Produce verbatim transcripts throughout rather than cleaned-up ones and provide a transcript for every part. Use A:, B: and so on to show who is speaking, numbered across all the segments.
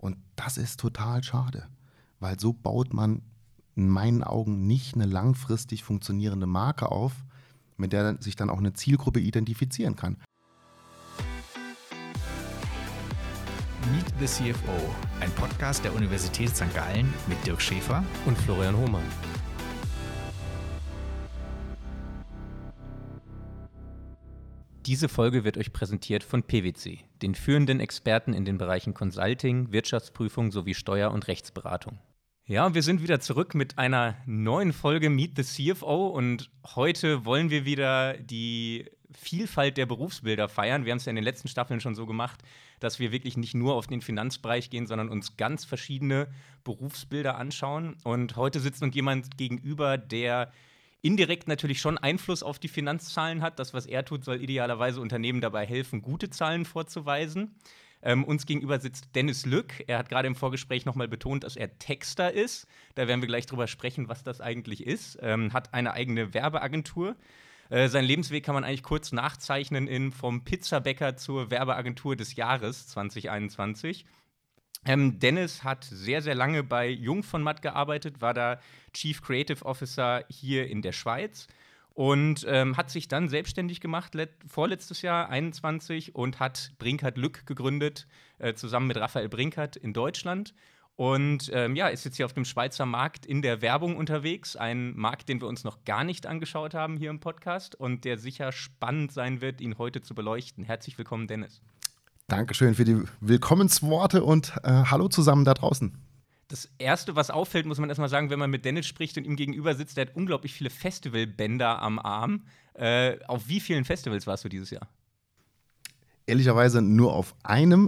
A: Und das ist total schade, weil so baut man in meinen Augen nicht eine langfristig funktionierende Marke auf, mit der sich dann auch eine Zielgruppe identifizieren kann.
B: Meet the C F O, ein Podcast der Universität Sankt Gallen mit Dirk Schäfer
C: und Florian Hohmann.
D: Diese Folge wird euch präsentiert von P W C, den führenden Experten in den Bereichen Consulting, Wirtschaftsprüfung sowie Steuer- und Rechtsberatung. Ja, wir sind wieder zurück mit einer neuen Folge Meet the C F O und heute wollen wir wieder die Vielfalt der Berufsbilder feiern. Wir haben es ja in den letzten Staffeln schon so gemacht, dass wir wirklich nicht nur auf den Finanzbereich gehen, sondern uns ganz verschiedene Berufsbilder anschauen. Und heute sitzt uns jemand gegenüber, der indirekt natürlich schon Einfluss auf die Finanzzahlen hat. Das, was er tut, soll idealerweise Unternehmen dabei helfen, gute Zahlen vorzuweisen. Ähm, uns gegenüber sitzt Dennis Lück. Er hat gerade im Vorgespräch nochmal betont, dass er Texter ist. Da werden wir gleich drüber sprechen, was das eigentlich ist. Ähm, hat eine eigene Werbeagentur. Äh, seinen Lebensweg kann man eigentlich kurz nachzeichnen in vom Pizzabäcker zur Werbeagentur des Jahres zwanzig einundzwanzig. Ähm, Dennis hat sehr, sehr lange bei Jung von Matt gearbeitet, war da Chief Creative Officer hier in der Schweiz und ähm, hat sich dann selbstständig gemacht, let- vorletztes Jahr, einundzwanzig, und hat Brinkert Lück gegründet, äh, zusammen mit Raphael Brinkert in Deutschland. Und ähm, ja, ist jetzt hier auf dem Schweizer Markt in der Werbung unterwegs. Ein Markt, den wir uns noch gar nicht angeschaut haben hier im Podcast und der sicher spannend sein wird, ihn heute zu beleuchten. Herzlich willkommen, Dennis.
A: Dankeschön für die Willkommensworte und äh, hallo zusammen da draußen.
D: Das Erste, was auffällt, muss man erstmal sagen, wenn man mit Dennis spricht und ihm gegenüber sitzt, der hat unglaublich viele Festivalbänder am Arm. Äh, auf wie vielen Festivals warst du dieses Jahr?
A: Ehrlicherweise nur auf einem,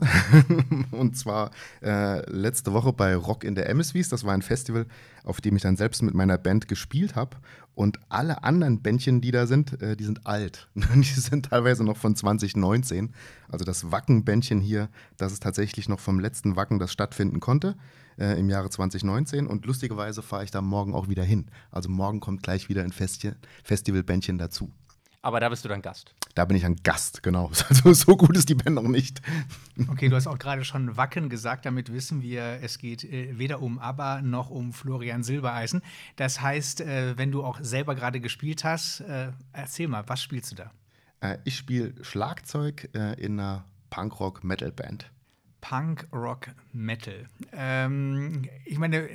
A: und zwar äh, letzte Woche bei Rock in der Emmiswies. Das war ein Festival, auf dem ich dann selbst mit meiner Band gespielt habe. Und alle anderen Bändchen, die da sind, äh, die sind alt. Die sind teilweise noch von zwanzig neunzehn. Also das Wacken-Bändchen hier, das ist tatsächlich noch vom letzten Wacken, das stattfinden konnte, äh, im Jahre zwanzig neunzehn. Und lustigerweise fahre ich da morgen auch wieder hin. Also morgen kommt gleich wieder ein Festi- Festivalbändchen dazu.
D: Aber da bist du dann Gast.
A: Da bin ich ein Gast, genau. Also so gut ist die Band noch nicht.
B: Okay, du hast auch gerade schon Wacken gesagt, damit wissen wir, es geht äh, weder um ABBA noch um Florian Silbereisen. Das heißt, äh, wenn du auch selber gerade gespielt hast, äh, erzähl mal, was spielst du da?
A: Äh, ich spiele Schlagzeug äh, in einer Punk-Rock-Metal-Band.
B: Punk-Rock-Metal. Ähm, ich meine,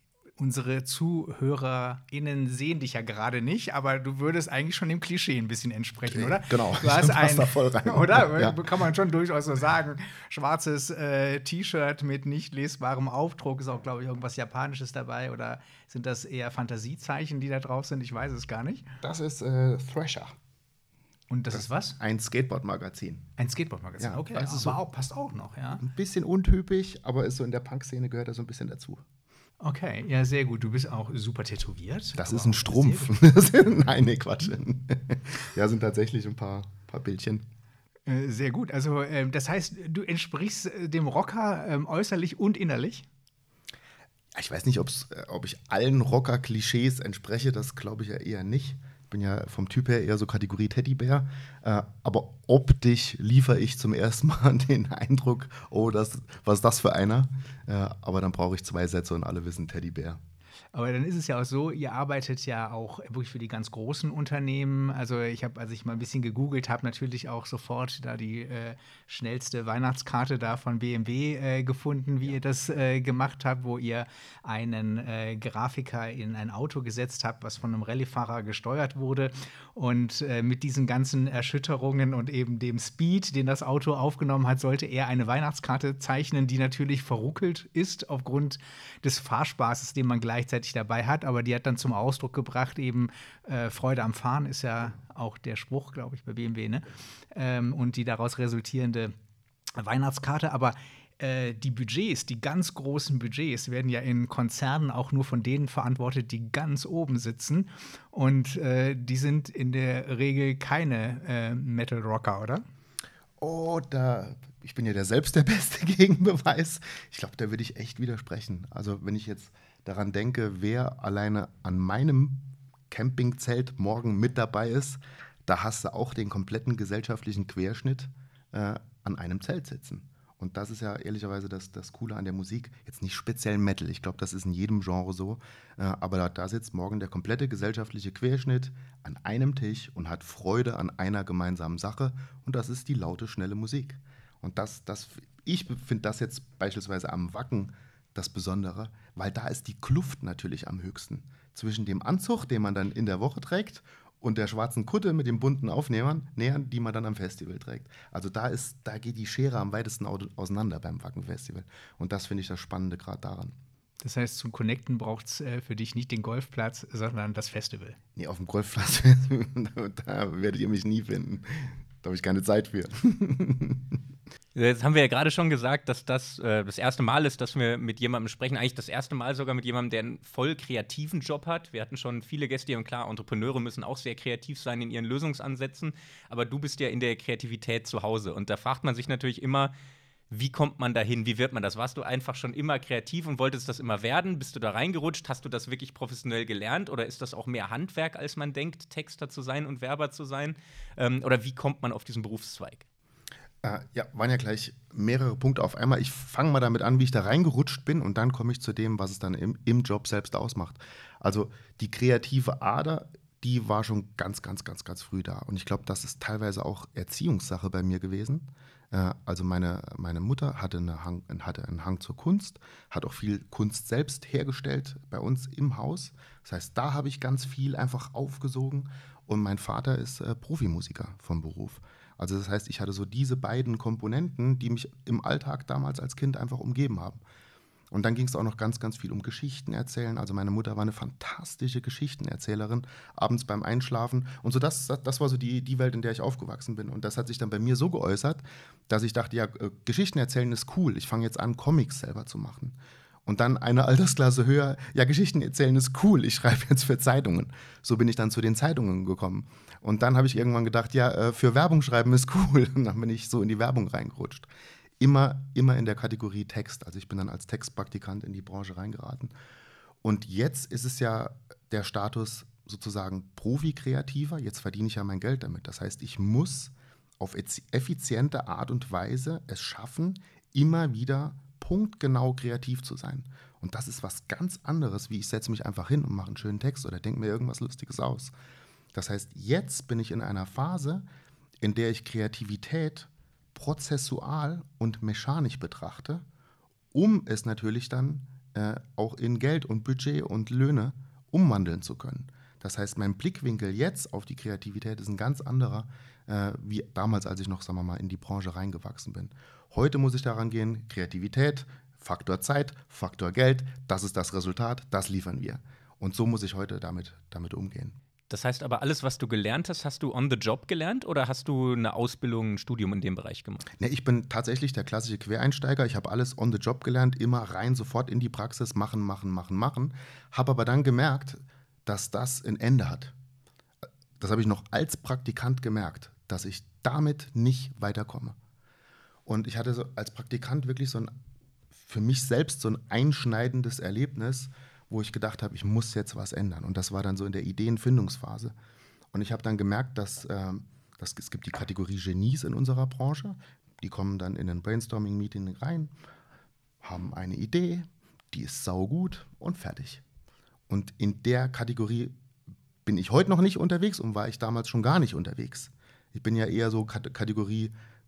B: unsere ZuhörerInnen sehen dich ja gerade nicht, aber du würdest eigentlich schon dem Klischee ein bisschen entsprechen, oder?
A: Genau,
B: du hast ein,
A: da voll rein.
B: Oder?
A: Ja.
B: Kann man schon durchaus so sagen. Schwarzes äh, T-Shirt mit nicht lesbarem Aufdruck, ist auch, glaube ich, irgendwas Japanisches dabei, oder sind das eher Fantasiezeichen, die da drauf sind? Ich weiß es gar nicht.
A: Das ist äh, Thrasher.
B: Und das, das ist was?
A: Ein Skateboard-Magazin.
B: Ein Skateboard-Magazin,
A: ja,
B: okay.
A: also
B: Aber
A: so
B: auch, passt auch noch, ja.
A: Ein bisschen untypisch, aber ist so in der Punk-Szene gehört er so ein bisschen dazu.
B: Okay, ja, sehr gut. Du bist auch super tätowiert.
A: Das ist ein Strumpf. Nein, nee, Quatsch. Ja, sind tatsächlich ein paar, paar Bildchen.
B: Äh, sehr gut. Also, äh, das heißt, du entsprichst dem Rocker äh, äußerlich und innerlich?
A: Ich weiß nicht, ob's, ob ich allen Rocker-Klischees entspreche. Das glaube ich ja eher nicht. Ich bin ja vom Typ her eher so Kategorie Teddybär. Äh, aber optisch liefere ich zum ersten Mal den Eindruck, oh, das, was ist das für einer? Äh, aber dann brauche ich zwei Sätze und alle wissen Teddybär.
B: Aber dann ist es ja auch so, ihr arbeitet ja auch wirklich für die ganz großen Unternehmen. Also ich habe, als ich mal ein bisschen gegoogelt habe, natürlich auch sofort da die äh, schnellste Weihnachtskarte da von B M W äh, gefunden, wie ja. ihr das äh, gemacht habt, wo ihr einen äh, Grafiker in ein Auto gesetzt habt, was von einem Rallyefahrer gesteuert wurde. Und äh, mit diesen ganzen Erschütterungen und eben dem Speed, den das Auto aufgenommen hat, sollte er eine Weihnachtskarte zeichnen, die natürlich verruckelt ist aufgrund des Fahrspaßes, den man gleichzeitig dabei hat, aber die hat dann zum Ausdruck gebracht, eben äh, Freude am Fahren ist ja auch der Spruch, glaube ich, bei B M W, ne? Ähm, und die daraus resultierende Weihnachtskarte, aber äh, die Budgets, die ganz großen Budgets werden ja in Konzernen auch nur von denen verantwortet, die ganz oben sitzen, und äh, die sind in der Regel keine äh, Metal-Rocker, oder?
A: Oh, da, ich bin ja der selbst der beste Gegenbeweis. Ich glaube, da würde ich echt widersprechen. Also wenn ich jetzt daran denke, wer alleine an meinem Campingzelt morgen mit dabei ist, da hast du auch den kompletten gesellschaftlichen Querschnitt äh, an einem Zelt sitzen. Und das ist ja ehrlicherweise das, das Coole an der Musik. Jetzt nicht speziell Metal, ich glaube, das ist in jedem Genre so. Äh, aber da, da sitzt morgen der komplette gesellschaftliche Querschnitt an einem Tisch und hat Freude an einer gemeinsamen Sache. Und das ist die laute, schnelle Musik. Und das, das, ich finde das jetzt beispielsweise am Wacken das Besondere, weil da ist die Kluft natürlich am höchsten. Zwischen dem Anzug, den man dann in der Woche trägt, und der schwarzen Kutte mit den bunten Aufnehmern, Nähern, die man dann am Festival trägt. Also da ist, da geht die Schere am weitesten auseinander beim Wacken-Festival. Und das finde ich das Spannende gerade daran.
B: Das heißt, zum Connecten braucht es äh, für dich nicht den Golfplatz, sondern das Festival.
A: Nee, auf dem Golfplatz, da werdet ihr mich nie finden. Da habe ich keine Zeit für.
D: Jetzt haben wir ja gerade schon gesagt, dass das äh, das erste Mal ist, dass wir mit jemandem sprechen. Eigentlich das erste Mal sogar mit jemandem, der einen voll kreativen Job hat. Wir hatten schon viele Gäste, und klar, Entrepreneure müssen auch sehr kreativ sein in ihren Lösungsansätzen. Aber du bist ja in der Kreativität zu Hause. Und da fragt man sich natürlich immer, wie kommt man dahin? Wie wird man das? Warst du einfach schon immer kreativ und wolltest das immer werden? Bist du da reingerutscht? Hast du das wirklich professionell gelernt? Oder ist das auch mehr Handwerk, als man denkt, Texter zu sein und Werber zu sein? Ähm, oder wie kommt man auf diesen Berufszweig?
A: Äh, ja, waren ja gleich mehrere Punkte auf einmal. Ich fange mal damit an, wie ich da reingerutscht bin, und dann komme ich zu dem, was es dann im, im Job selbst ausmacht. Also die kreative Ader, die war schon ganz, ganz, ganz, ganz früh da. Und ich glaube, das ist teilweise auch Erziehungssache bei mir gewesen. Äh, also meine, meine Mutter hatte, eine Hang, hatte einen Hang zur Kunst, hat auch viel Kunst selbst hergestellt bei uns im Haus. Das heißt, da habe ich ganz viel einfach aufgesogen. Und mein Vater ist äh, Profimusiker vom Beruf. Also das heißt, ich hatte so diese beiden Komponenten, die mich im Alltag damals als Kind einfach umgeben haben. Und dann ging es auch noch ganz, ganz viel um Geschichten erzählen. Also meine Mutter war eine fantastische Geschichtenerzählerin, abends beim Einschlafen. Und so das, das war so die, die Welt, in der ich aufgewachsen bin. Und das hat sich dann bei mir so geäußert, dass ich dachte, ja, Geschichten erzählen ist cool. Ich fange jetzt an, Comics selber zu machen. Und dann eine Altersklasse höher, ja, Geschichten erzählen ist cool, ich schreibe jetzt für Zeitungen. So bin ich dann zu den Zeitungen gekommen. Und dann habe ich irgendwann gedacht, ja, für Werbung schreiben ist cool. Und dann bin ich so in die Werbung reingerutscht. Immer, immer in der Kategorie Text. Also ich bin dann als Textpraktikant in die Branche reingeraten. Und jetzt ist es ja der Status sozusagen Profi-Kreativer. Jetzt verdiene ich ja mein Geld damit. Das heißt, ich muss auf effiziente Art und Weise es schaffen, immer wieder punktgenau kreativ zu sein. Und das ist was ganz anderes, wie ich setze mich einfach hin und mache einen schönen Text oder denke mir irgendwas Lustiges aus. Das heißt, jetzt bin ich in einer Phase, in der ich Kreativität prozessual und mechanisch betrachte, um es natürlich dann äh, auch in Geld und Budget und Löhne umwandeln zu können. Das heißt, mein Blickwinkel jetzt auf die Kreativität ist ein ganz anderer, äh, wie damals, als ich noch, sagen wir mal, in die Branche reingewachsen bin. Heute muss ich daran gehen, Kreativität, Faktor Zeit, Faktor Geld, das ist das Resultat, das liefern wir. Und so muss ich heute damit, damit umgehen.
D: Das heißt aber, alles, was du gelernt hast, hast du on the job gelernt oder hast du eine Ausbildung, ein Studium in dem Bereich gemacht?
A: Ne, ich bin tatsächlich der klassische Quereinsteiger. Ich habe alles on the job gelernt, immer rein, sofort in die Praxis, machen, machen, machen, machen. Habe aber dann gemerkt, dass das ein Ende hat. Das habe ich noch als Praktikant gemerkt, dass ich damit nicht weiterkomme. Und ich hatte so als Praktikant wirklich so ein, für mich selbst so ein einschneidendes Erlebnis, wo ich gedacht habe, ich muss jetzt was ändern. Und das war dann so in der Ideenfindungsphase. Und ich habe dann gemerkt, dass, äh, dass es gibt die Kategorie Genies in unserer Branche. Die kommen dann in ein Brainstorming-Meeting rein, haben eine Idee, die ist saugut und fertig. Und in der Kategorie bin ich heute noch nicht unterwegs und war ich damals schon gar nicht unterwegs. Ich bin ja eher so K- Kategorie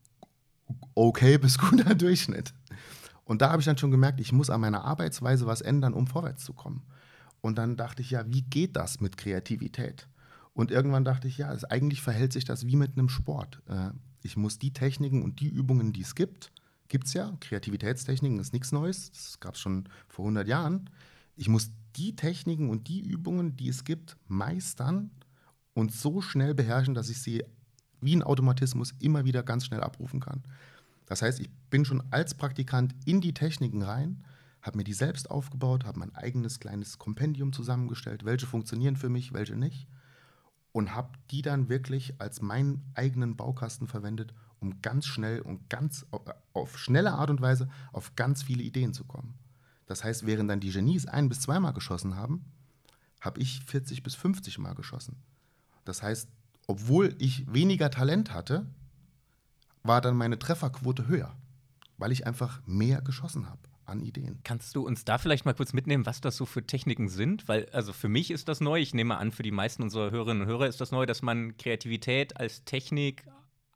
A: okay bis guter Durchschnitt. Und da habe ich dann schon gemerkt, ich muss an meiner Arbeitsweise was ändern, um vorwärts zu kommen. Und dann dachte ich, ja, wie geht das mit Kreativität? Und irgendwann dachte ich, ja, es, eigentlich verhält sich das wie mit einem Sport. Äh, ich muss die Techniken und die Übungen, die es gibt, gibt es ja, Kreativitätstechniken ist nichts Neues, das gab es schon vor hundert Jahren. Ich muss die Techniken und die Übungen, die es gibt, meistern und so schnell beherrschen, dass ich sie wie ein Automatismus immer wieder ganz schnell abrufen kann. Das heißt, ich bin schon als Praktikant in die Techniken rein, habe mir die selbst aufgebaut, habe mein eigenes kleines Kompendium zusammengestellt, welche funktionieren für mich, welche nicht, und habe die dann wirklich als meinen eigenen Baukasten verwendet, um ganz schnell und ganz auf, auf schnelle Art und Weise auf ganz viele Ideen zu kommen. Das heißt, während dann die Genies ein- bis zweimal geschossen haben, habe ich vierzig bis fünfzig Mal geschossen. Das heißt, obwohl ich weniger Talent hatte, war dann meine Trefferquote höher. weil ich einfach mehr geschossen habe an Ideen.
D: Kannst du uns da vielleicht mal kurz mitnehmen, was das so für Techniken sind? Weil, also für mich ist das neu, ich nehme an, für die meisten unserer Hörerinnen und Hörer ist das neu, dass man Kreativität als Technik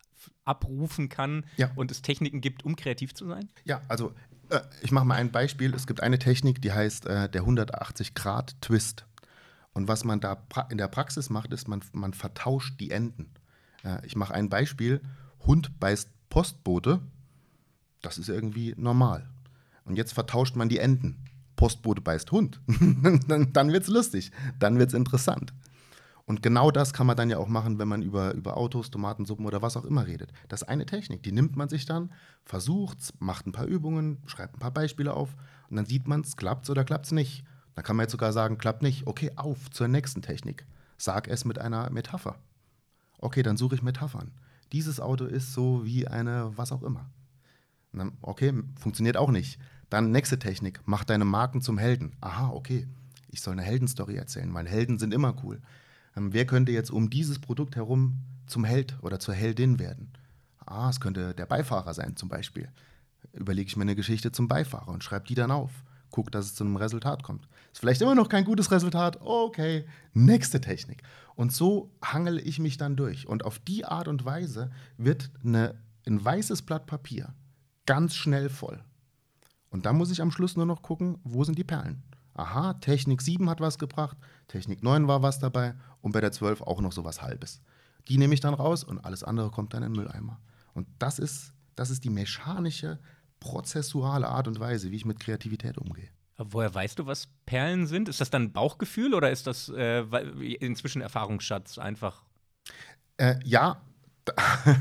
D: abrufen kann
A: ja.
D: und es Techniken gibt, um kreativ zu sein?
A: Ja, also äh, ich mache mal ein Beispiel. Es gibt eine Technik, die heißt äh, der hundertachtzig Grad Twist. Und was man da pra- in der Praxis macht, ist, man, man vertauscht die Enden. Äh, ich mache ein Beispiel. Hund beißt Postbote. Das ist irgendwie normal. Und jetzt vertauscht man die Enden. Postbote beißt Hund. dann dann wird es lustig. Dann wird es interessant. Und genau das kann man dann ja auch machen, wenn man über, über Autos, Tomatensuppen oder was auch immer redet. Das ist eine Technik. Die nimmt man sich dann, versucht, macht ein paar Übungen, schreibt ein paar Beispiele auf und dann sieht man, es klappt oder klappt es nicht. Dann kann man jetzt sogar sagen, klappt nicht. Okay, auf zur nächsten Technik. Sag es mit einer Metapher. Okay, dann suche ich Metaphern. Dieses Auto ist so wie eine was auch immer. Und dann, okay, funktioniert auch nicht. Dann nächste Technik, mach deine Marken zum Helden. Aha, okay, ich soll eine Heldenstory erzählen, weil Helden sind immer cool. Ähm, wer könnte jetzt um dieses Produkt herum zum Held oder zur Heldin werden? Ah, es könnte der Beifahrer sein zum Beispiel. Überlege ich mir eine Geschichte zum Beifahrer und schreibe die dann auf. Guck, dass es zu einem Resultat kommt. Ist vielleicht immer noch kein gutes Resultat. Okay, nächste Technik. Und so hangele ich mich dann durch. Und auf die Art und Weise wird eine, ein weißes Blatt Papier ganz schnell voll. Und dann muss ich am Schluss nur noch gucken, wo sind die Perlen. Aha, Technik sieben hat was gebracht, Technik neun war was dabei und bei der zwölf auch noch so was Halbes. Die nehme ich dann raus und alles andere kommt dann in den Mülleimer. Und das ist, das ist die mechanische, prozessuale Art und Weise, wie ich mit Kreativität umgehe.
D: Aber woher weißt du, was Perlen sind? Ist das dann Bauchgefühl oder ist das äh, inzwischen Erfahrungsschatz einfach?
A: Äh, ja, da,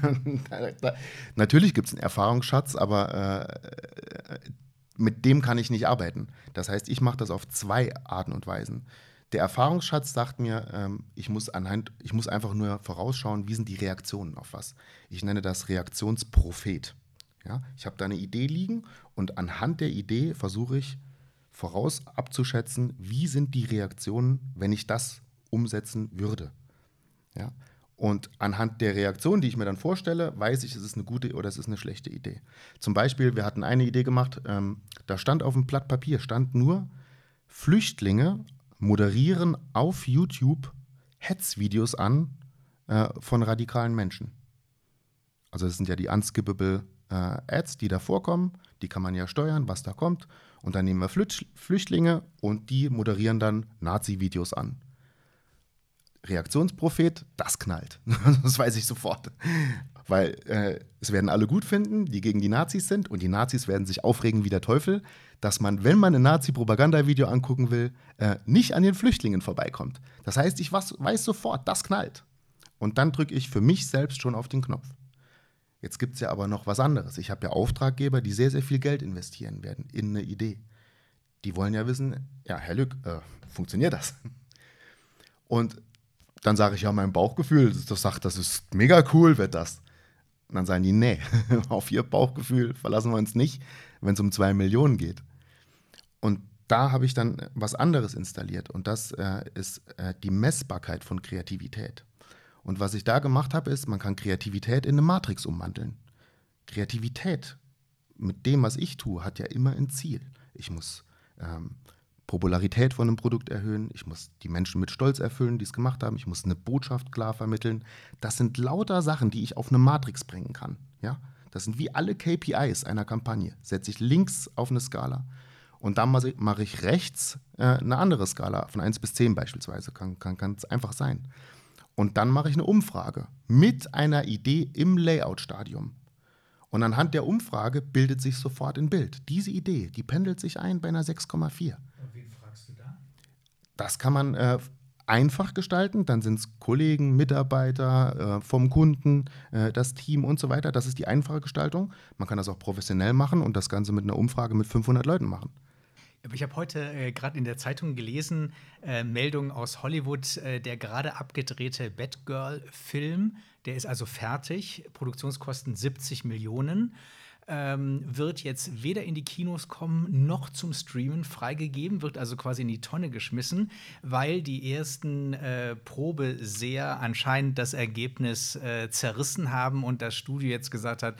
A: da, natürlich gibt es einen Erfahrungsschatz, aber äh, mit dem kann ich nicht arbeiten. Das heißt, ich mache das auf zwei Arten und Weisen. Der Erfahrungsschatz sagt mir, ähm, ich muss anhand, ich muss einfach nur vorausschauen, wie sind die Reaktionen auf was. Ich nenne das Reaktionsprophet. Ja, ich habe da eine Idee liegen und anhand der Idee versuche ich voraus abzuschätzen, wie sind die Reaktionen, wenn ich das umsetzen würde. Ja? Und anhand der Reaktion, die ich mir dann vorstelle, weiß ich, es ist eine gute oder es ist eine schlechte Idee. Zum Beispiel, wir hatten eine Idee gemacht, ähm, da stand auf dem Blatt Papier, stand nur, Flüchtlinge moderieren auf YouTube Hetzvideos an äh, von radikalen Menschen. Also das sind ja die unskippable äh, Ads, die da vorkommen, die kann man ja steuern, was da kommt. Und dann nehmen wir Flücht- Flüchtlinge und die moderieren dann Nazi-Videos an. Reaktionsprophet, das knallt. Das weiß ich sofort. Weil äh, es werden alle gut finden, die gegen die Nazis sind und die Nazis werden sich aufregen wie der Teufel, dass man, wenn man ein Nazi-Propaganda-Video angucken will, äh, nicht an den Flüchtlingen vorbeikommt. Das heißt, ich was, weiß sofort, das knallt. Und dann drücke ich für mich selbst schon auf den Knopf. Jetzt gibt es ja aber noch was anderes. Ich habe ja Auftraggeber, die sehr, sehr viel Geld investieren werden in eine Idee. Die wollen ja wissen, ja, Herr Lück, äh, funktioniert das? Und dann sage ich, ja, mein Bauchgefühl, das sagt, das ist mega cool, wird das. Und dann sagen die, nee, auf ihr Bauchgefühl verlassen wir uns nicht, wenn es um zwei Millionen geht. Und da habe ich dann was anderes installiert und das äh, ist äh, die Messbarkeit von Kreativität. Und was ich da gemacht habe, ist, man kann Kreativität in eine Matrix umwandeln. Kreativität mit dem, was ich tue, hat ja immer ein Ziel. Ich muss ähm, Popularität von einem Produkt erhöhen, ich muss die Menschen mit Stolz erfüllen, die es gemacht haben, ich muss eine Botschaft klar vermitteln. Das sind lauter Sachen, die ich auf eine Matrix bringen kann. Ja? Das sind wie alle K P Is einer Kampagne. Setze ich links auf eine Skala und dann mache ich rechts äh, eine andere Skala, von eins bis zehn beispielsweise, kann, kann, kann es einfach sein. Und dann mache ich eine Umfrage mit einer Idee im Layout-Stadium. Und anhand der Umfrage bildet sich sofort ein Bild. Diese Idee, die pendelt sich ein bei einer sechs Komma vier.
B: Und wen fragst du da?
A: Das kann man äh, einfach gestalten. Dann sind es Kollegen, Mitarbeiter, äh, vom Kunden, äh, das Team und so weiter. Das ist die einfache Gestaltung. Man kann das auch professionell machen und das Ganze mit einer Umfrage mit fünfhundert Leuten machen.
B: Aber ich habe heute äh, gerade in der Zeitung gelesen, äh, Meldungen aus Hollywood, äh, der gerade abgedrehte Batgirl-Film, der ist also fertig, Produktionskosten siebzig Millionen, ähm, wird jetzt weder in die Kinos kommen, noch zum Streamen freigegeben, wird also quasi in die Tonne geschmissen, weil die ersten äh, Probeseher anscheinend das Ergebnis äh, zerrissen haben und das Studio jetzt gesagt hat,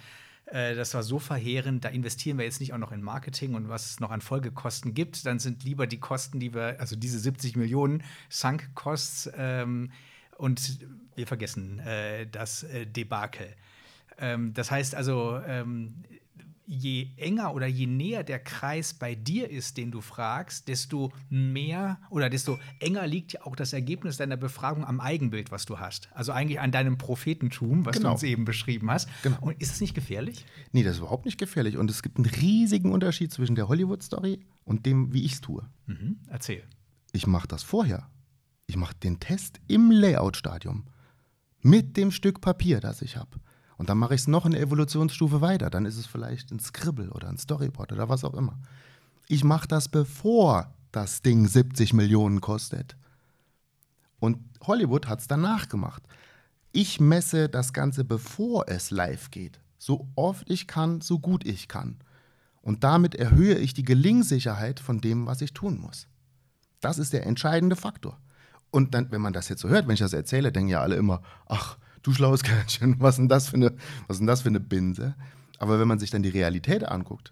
B: äh, das war so verheerend, da investieren wir jetzt nicht auch noch in Marketing und was es noch an Folgekosten gibt, dann sind lieber die Kosten, die wir, also diese siebzig Millionen Sunk Costs, ähm, und wir vergessen äh, das äh, Debakel. Ähm, das heißt also, ähm, je enger oder je näher der Kreis bei dir ist, den du fragst, desto mehr oder desto enger liegt ja auch das Ergebnis deiner Befragung am Eigenbild, was du hast. Also eigentlich an deinem Prophetentum, was
A: Genau.
B: du uns eben beschrieben hast.
A: Genau.
B: Und ist es nicht gefährlich?
A: Nee, das ist überhaupt nicht gefährlich. Und es gibt einen riesigen Unterschied zwischen der Hollywood-Story und dem, wie ich es tue.
B: Mhm. Erzähl.
A: Ich mache das vorher. Ich mache den Test im Layout-Stadium. Mit dem Stück Papier, das ich habe. Und dann mache ich es noch eine Evolutionsstufe weiter. Dann ist es vielleicht ein Scribble oder ein Storyboard oder was auch immer. Ich mache das, bevor das Ding siebzig Millionen kostet. Und Hollywood hat es danach gemacht. Ich messe das Ganze, bevor es live geht. So oft ich kann, so gut ich kann. Und damit erhöhe ich die Gelingsicherheit von dem, was ich tun muss. Das ist der entscheidende Faktor. Und dann, wenn man das jetzt so hört, wenn ich das erzähle, denken ja alle immer, ach, du schlaues Kerlchen, was ist denn das für eine, was ist denn das für eine Binse? Aber wenn man sich dann die Realität anguckt,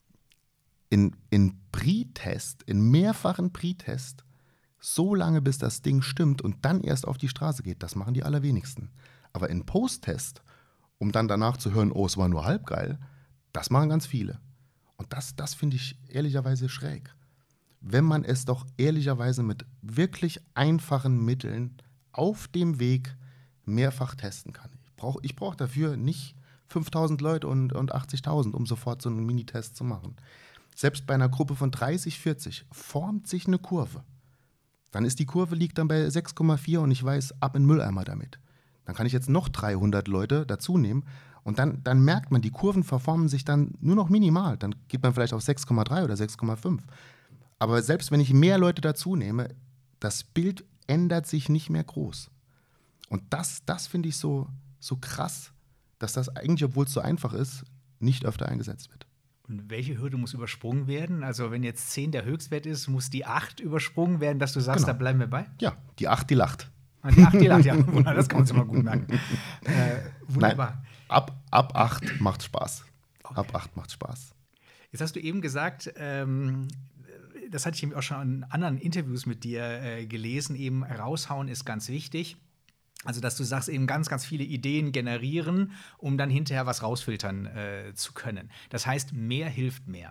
A: in, in Pre-Test, in mehrfachen Pre-Test, so lange, bis das Ding stimmt und dann erst auf die Straße geht, das machen die allerwenigsten. Aber in Post-Test, um dann danach zu hören, oh, es war nur halb geil, das machen ganz viele. Und das, das finde ich ehrlicherweise schräg. Wenn man es doch ehrlicherweise mit wirklich einfachen Mitteln auf dem Weg mehrfach testen kann. Ich brauche ich brauch dafür nicht fünftausend Leute und, und achtzigtausend, um sofort so einen Minitest zu machen. Selbst bei einer Gruppe von dreißig, vierzig formt sich eine Kurve. Dann ist die Kurve liegt dann bei sechs Komma vier und ich weiß, ab in den Mülleimer damit. Dann kann ich jetzt noch dreihundert Leute dazu nehmen und dann, dann merkt man, die Kurven verformen sich dann nur noch minimal. Dann geht man vielleicht auf sechs Komma drei oder sechs Komma fünf. Aber selbst wenn ich mehr Leute dazu nehme, das Bild ändert sich nicht mehr groß. Und das, das finde ich so, so krass, dass das eigentlich, obwohl es so einfach ist, nicht öfter eingesetzt wird.
B: Und welche Hürde muss übersprungen werden? Also wenn jetzt zehn der Höchstwert ist, muss die acht übersprungen werden, dass du sagst,
A: Genau.
B: Da bleiben wir bei?
A: Ja, die acht, die lacht.
B: Ah, die acht, die lacht, ja. Das kann man sich mal gut merken. Äh, wunderbar.
A: Nein, ab, ab acht macht Spaß.
B: Okay.
A: Ab acht macht Spaß.
B: Jetzt hast du eben gesagt, ähm, das hatte ich eben auch schon in anderen Interviews mit dir äh, gelesen, eben raushauen ist ganz wichtig. Also, dass du sagst, eben ganz, ganz viele Ideen generieren, um dann hinterher was rausfiltern äh, zu können. Das heißt, mehr hilft mehr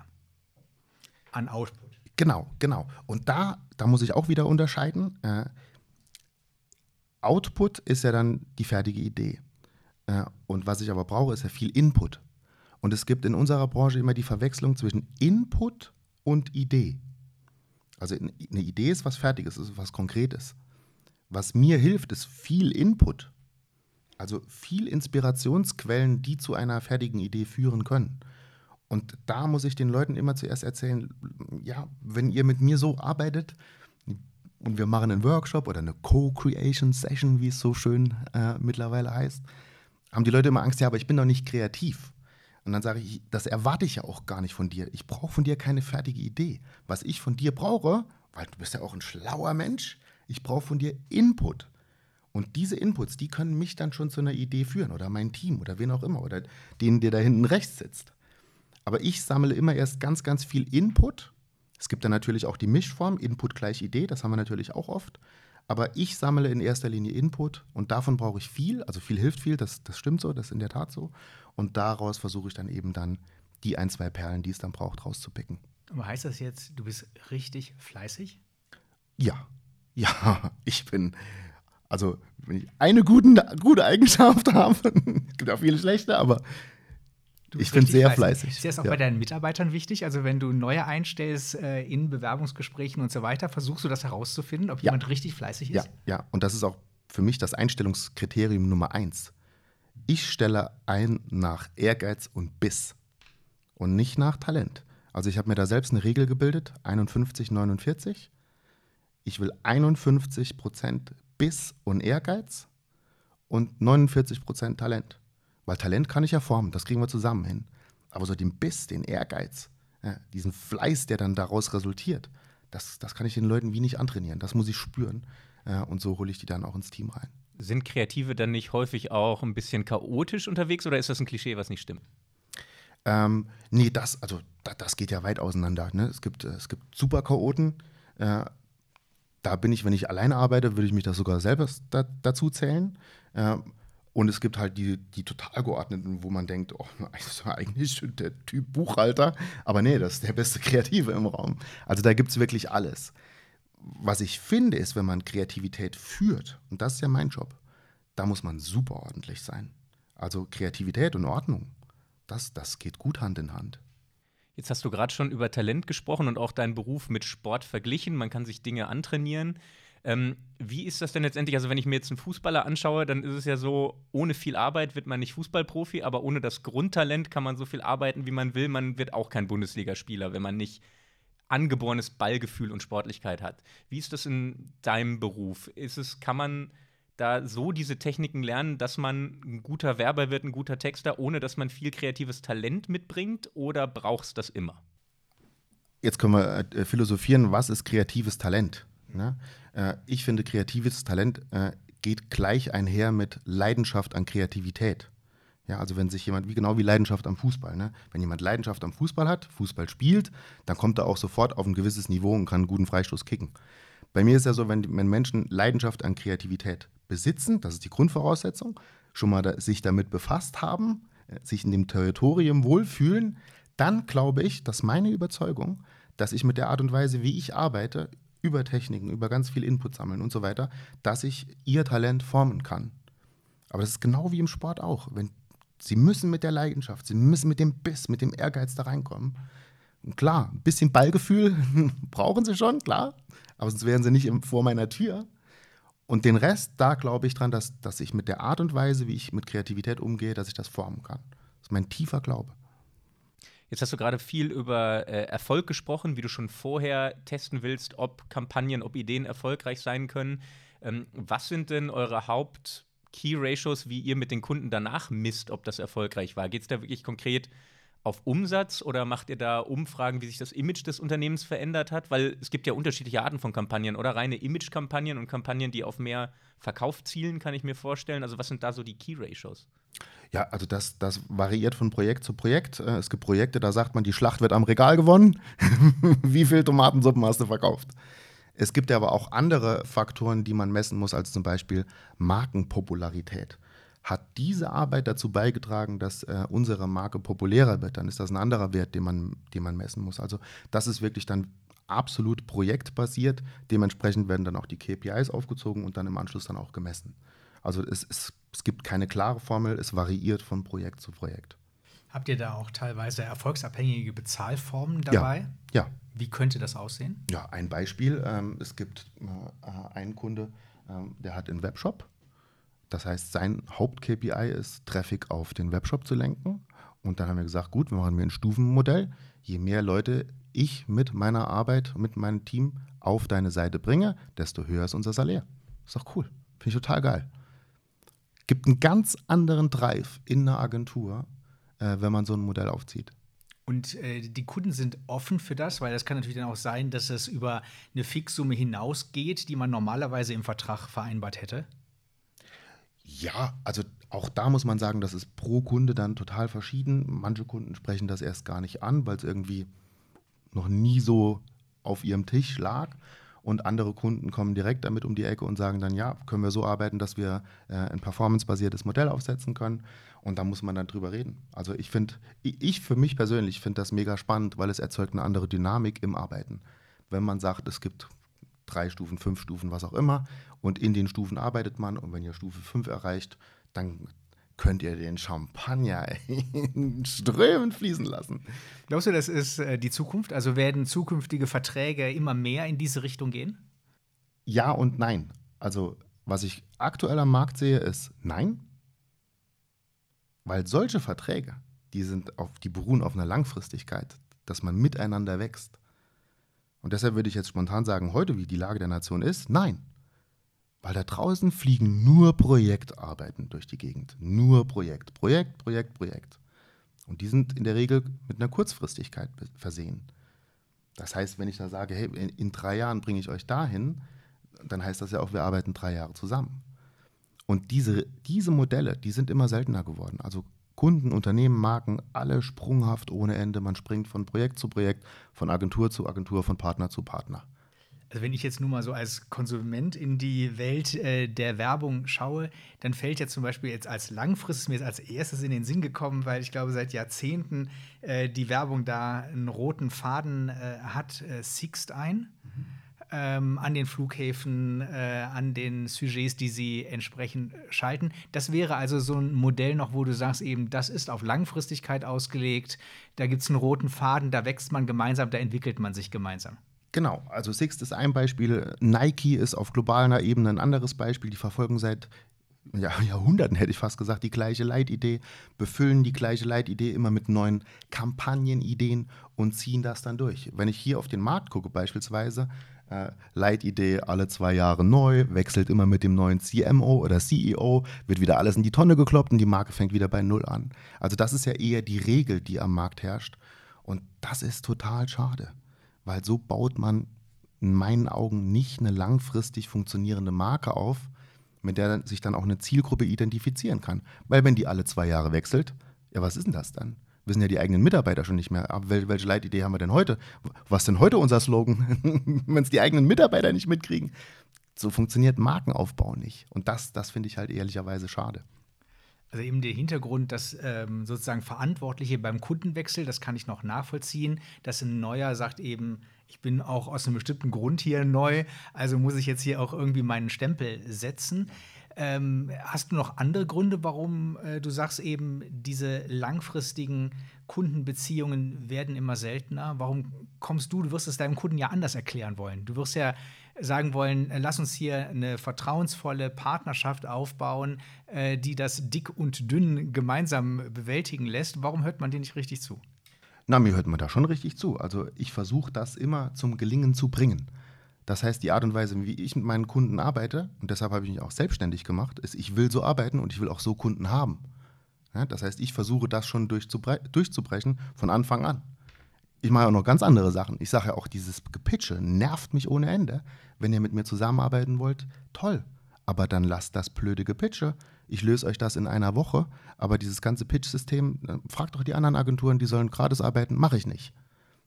B: an Output.
A: Genau, genau. Und da, da muss ich auch wieder unterscheiden. Äh, Output ist ja dann die fertige Idee. Äh, und was ich aber brauche, ist ja viel Input. Und es gibt in unserer Branche immer die Verwechslung zwischen Input und Idee. Also eine Idee ist was Fertiges, ist was Konkretes. Was mir hilft, ist viel Input. Also viel Inspirationsquellen, die zu einer fertigen Idee führen können. Und da muss ich den Leuten immer zuerst erzählen, ja, wenn ihr mit mir so arbeitet und wir machen einen Workshop oder eine Co-Creation-Session, wie es so schön äh, mittlerweile heißt, haben die Leute immer Angst, ja, aber ich bin doch nicht kreativ. Und dann sage ich, das erwarte ich ja auch gar nicht von dir. Ich brauche von dir keine fertige Idee. Was ich von dir brauche, weil du bist ja auch ein schlauer Mensch, ich brauche von dir Input. Und diese Inputs, die können mich dann schon zu einer Idee führen oder mein Team oder wen auch immer oder den, der da hinten rechts sitzt. Aber ich sammle immer erst ganz, ganz viel Input. Es gibt dann natürlich auch die Mischform, Input gleich Idee, das haben wir natürlich auch oft. Aber ich sammle in erster Linie Input und davon brauche ich viel. Also viel hilft viel, das, das stimmt so, das ist in der Tat so. Und daraus versuche ich dann eben dann die ein, zwei Perlen, die es dann braucht, rauszupicken.
B: Aber heißt das jetzt, du bist richtig fleißig?
A: Ja, ja, ich bin, also wenn ich eine guten, gute Eigenschaft habe, es gibt auch viele schlechte, aber ich bin sehr fleißig.
B: Ist das auch
A: ja.
B: bei deinen Mitarbeitern wichtig? Also wenn du neue einstellst äh, in Bewerbungsgesprächen und so weiter, versuchst du das herauszufinden, ob
A: Ja.
B: jemand richtig fleißig ist?
A: Ja, ja, und das ist auch für mich das Einstellungskriterium Nummer eins. Ich stelle ein nach Ehrgeiz und Biss und nicht nach Talent. Also ich habe mir da selbst eine Regel gebildet, einundfünfzig, neunundvierzig. Ich will einundfünfzig Prozent Biss und Ehrgeiz und neunundvierzig Prozent Talent. Weil Talent kann ich ja formen, das kriegen wir zusammen hin. Aber so den Biss, den Ehrgeiz, ja, diesen Fleiß, der dann daraus resultiert, das, das kann ich den Leuten wie nicht antrainieren. Das muss ich spüren. Ja, und so hole ich die dann auch ins Team rein.
D: Sind Kreative dann nicht häufig auch ein bisschen chaotisch unterwegs oder ist das ein Klischee, was nicht stimmt?
A: Ähm, nee, das, also das, das geht ja weit auseinander. Ne? Es gibt, äh, es gibt Super-Chaoten. Äh, da bin ich, wenn ich alleine arbeite, würde ich mich das sogar selber da, dazu zählen. Äh, und es gibt halt die, die total geordneten, wo man denkt, oh, das ist eigentlich der Typ Buchhalter. Aber nee, das ist der beste Kreative im Raum. Also da gibt es wirklich alles. Was ich finde, ist, wenn man Kreativität führt, und das ist ja mein Job, da muss man super ordentlich sein. Also Kreativität und Ordnung, das, das geht gut Hand in Hand.
D: Jetzt hast du gerade schon über Talent gesprochen und auch deinen Beruf mit Sport verglichen. Man kann sich Dinge antrainieren. Ähm, wie ist das denn letztendlich? Also wenn ich mir jetzt einen Fußballer anschaue, dann ist es ja so, ohne viel Arbeit wird man nicht Fußballprofi, aber ohne das Grundtalent kann man so viel arbeiten, wie man will. Man wird auch kein Bundesligaspieler, wenn man nicht angeborenes Ballgefühl und Sportlichkeit hat. Wie ist das in deinem Beruf? Ist es, kann man da so diese Techniken lernen, dass man ein guter Werber wird, ein guter Texter, ohne dass man viel kreatives Talent mitbringt, oder brauchst du das immer?
A: Jetzt können wir äh, philosophieren, was ist kreatives Talent? Ne? Äh, ich finde, kreatives Talent äh, geht gleich einher mit Leidenschaft an Kreativität. Ja, also wenn sich jemand, wie genau wie Leidenschaft am Fußball, ne? Wenn jemand Leidenschaft am Fußball hat, Fußball spielt, dann kommt er auch sofort auf ein gewisses Niveau und kann einen guten Freistoß kicken. Bei mir ist ja so, wenn, wenn Menschen Leidenschaft an Kreativität besitzen, das ist die Grundvoraussetzung, schon mal da, sich damit befasst haben, äh, sich in dem Territorium wohlfühlen, dann glaube ich, dass meine Überzeugung, dass ich mit der Art und Weise, wie ich arbeite, über Techniken, über ganz viel Input sammeln und so weiter, dass ich ihr Talent formen kann. Aber das ist genau wie im Sport auch. Wenn, sie müssen mit der Leidenschaft, sie müssen mit dem Biss, mit dem Ehrgeiz da reinkommen. Und klar, ein bisschen Ballgefühl brauchen sie schon, klar, aber sonst wären sie nicht im, vor meiner Tür. Und den Rest, da glaube ich dran, dass, dass ich mit der Art und Weise, wie ich mit Kreativität umgehe, dass ich das formen kann. Das ist mein tiefer Glaube.
D: Jetzt hast du gerade viel über äh, Erfolg gesprochen, wie du schon vorher testen willst, ob Kampagnen, ob Ideen erfolgreich sein können. Ähm, was sind denn eure Haupt-Key-Ratios, wie ihr mit den Kunden danach misst, ob das erfolgreich war? Geht es da wirklich konkret auf Umsatz oder macht ihr da Umfragen, wie sich das Image des Unternehmens verändert hat? Weil es gibt ja unterschiedliche Arten von Kampagnen, oder reine Image-Kampagnen und Kampagnen, die auf mehr Verkauf zielen, kann ich mir vorstellen. Also was sind da so die Key-Ratios?
A: Ja, also das, das variiert von Projekt zu Projekt. Äh, Es gibt Projekte, da sagt man, die Schlacht wird am Regal gewonnen. Wie viel Tomatensuppen hast du verkauft? Es gibt ja aber auch andere Faktoren, die man messen muss, als zum Beispiel Markenpopularität. Hat diese Arbeit dazu beigetragen, dass äh, unsere Marke populärer wird, dann ist das ein anderer Wert, den man, den man messen muss. Also das ist wirklich dann absolut projektbasiert. Dementsprechend werden dann auch die K P Is aufgezogen und dann im Anschluss dann auch gemessen. Also es, es, es gibt keine klare Formel, es variiert von Projekt zu Projekt.
B: Habt ihr da auch teilweise erfolgsabhängige Bezahlformen dabei?
A: Ja, ja.
B: Wie könnte das aussehen?
A: Ja, ein Beispiel. Ähm, es gibt äh, einen Kunde, ähm, der hat einen Webshop. Das heißt, sein Haupt-K P I ist, Traffic auf den Webshop zu lenken. Und dann haben wir gesagt, gut, wir machen wir ein Stufenmodell. Je mehr Leute ich mit meiner Arbeit, mit meinem Team auf deine Seite bringe, desto höher ist unser Salär. Ist doch cool. Finde ich total geil. Gibt einen ganz anderen Drive in einer Agentur, äh, wenn man so ein Modell aufzieht.
B: Und äh, die Kunden sind offen für das, weil das kann natürlich dann auch sein, dass es über eine Fixsumme hinausgeht, die man normalerweise im Vertrag vereinbart hätte.
A: Ja, also auch da muss man sagen, das ist pro Kunde dann total verschieden. Manche Kunden sprechen das erst gar nicht an, weil es irgendwie noch nie so auf ihrem Tisch lag. Und andere Kunden kommen direkt damit um die Ecke und sagen dann, ja, können wir so arbeiten, dass wir äh, ein performancebasiertes Modell aufsetzen können. Und da muss man dann drüber reden. Also ich finde, ich für mich persönlich finde das mega spannend, weil es erzeugt eine andere Dynamik im Arbeiten. Wenn man sagt, es gibt drei Stufen, fünf Stufen, was auch immer, und in den Stufen arbeitet man, und wenn ihr Stufe fünf erreicht, dann könnt ihr den Champagner in Strömen fließen lassen.
B: Glaubst du, das ist äh, die Zukunft? Also werden zukünftige Verträge immer mehr in diese Richtung gehen?
A: Ja und nein. Also was ich aktuell am Markt sehe, ist nein. Weil solche Verträge, die, sind auf, die beruhen auf einer Langfristigkeit, dass man miteinander wächst. Und deshalb würde ich jetzt spontan sagen, heute, wie die Lage der Nation ist, nein. Weil da draußen fliegen nur Projektarbeiten durch die Gegend. Nur Projekt, Projekt, Projekt, Projekt. Und die sind in der Regel mit einer Kurzfristigkeit versehen. Das heißt, wenn ich da sage, hey, in, in drei Jahren bringe ich euch dahin, dann heißt das ja auch, wir arbeiten drei Jahre zusammen. Und diese, diese Modelle, die sind immer seltener geworden. Also Kunden, Unternehmen, Marken, alle sprunghaft ohne Ende. Man springt von Projekt zu Projekt, von Agentur zu Agentur, von Partner zu Partner.
B: Also wenn ich jetzt nur mal so als Konsument in die Welt äh, der Werbung schaue, dann fällt ja zum Beispiel jetzt als langfristig mir jetzt als erstes in den Sinn gekommen, weil ich glaube, seit Jahrzehnten äh, die Werbung da einen roten Faden äh, hat, äh, Sixt ein. Mhm. Ähm, an den Flughäfen, äh, an den Sujets, die sie entsprechend schalten. Das wäre also so ein Modell noch, wo du sagst, eben, das ist auf Langfristigkeit ausgelegt, da gibt es einen roten Faden, da wächst man gemeinsam, da entwickelt man sich gemeinsam.
A: Genau, also Sixt ist ein Beispiel, Nike ist auf globaler Ebene ein anderes Beispiel, die verfolgen seit ja, Jahrhunderten, hätte ich fast gesagt, die gleiche Leitidee, befüllen die gleiche Leitidee immer mit neuen Kampagnenideen und ziehen das dann durch. Wenn ich hier auf den Markt gucke beispielsweise, äh, Leitidee alle zwei Jahre neu, wechselt immer mit dem neuen C M O oder C E O, wird wieder alles in die Tonne gekloppt und die Marke fängt wieder bei Null an. Also das ist ja eher die Regel, die am Markt herrscht und das ist total schade, weil so baut man in meinen Augen nicht eine langfristig funktionierende Marke auf, mit der sich dann auch eine Zielgruppe identifizieren kann. Weil wenn die alle zwei Jahre wechselt, ja, was ist denn das dann? Wissen ja die eigenen Mitarbeiter schon nicht mehr. Aber wel- welche Leitidee haben wir denn heute? Was ist denn heute unser Slogan? Wenn es die eigenen Mitarbeiter nicht mitkriegen. So funktioniert Markenaufbau nicht. Und das, das finde ich halt ehrlicherweise schade.
B: Also eben der Hintergrund, dass ähm, sozusagen Verantwortliche beim Kundenwechsel, das kann ich noch nachvollziehen, dass ein Neuer sagt eben, ich bin auch aus einem bestimmten Grund hier neu, also muss ich jetzt hier auch irgendwie meinen Stempel setzen. Ähm, hast du noch andere Gründe, warum äh, du sagst eben, diese langfristigen Kundenbeziehungen werden immer seltener? Warum kommst du, du wirst es deinem Kunden ja anders erklären wollen. Du wirst ja sagen wollen, äh, lass uns hier eine vertrauensvolle Partnerschaft aufbauen, äh, die das dick und dünn gemeinsam bewältigen lässt. Warum hört man dir nicht richtig zu?
A: Na, mir hört man da schon richtig zu. Also ich versuche das immer zum Gelingen zu bringen. Das heißt, die Art und Weise, wie ich mit meinen Kunden arbeite, und deshalb habe ich mich auch selbstständig gemacht, ist, ich will so arbeiten und ich will auch so Kunden haben. Ja, das heißt, ich versuche das schon durchzubre- durchzubrechen von Anfang an. Ich mache auch noch ganz andere Sachen. Ich sage ja auch, dieses Gepitche nervt mich ohne Ende. Wenn ihr mit mir zusammenarbeiten wollt, toll. Aber dann lasst das blöde Gepitche. Ich löse euch das in einer Woche. Aber dieses ganze Pitch-System, äh, fragt doch die anderen Agenturen, die sollen gratis arbeiten, mache ich nicht.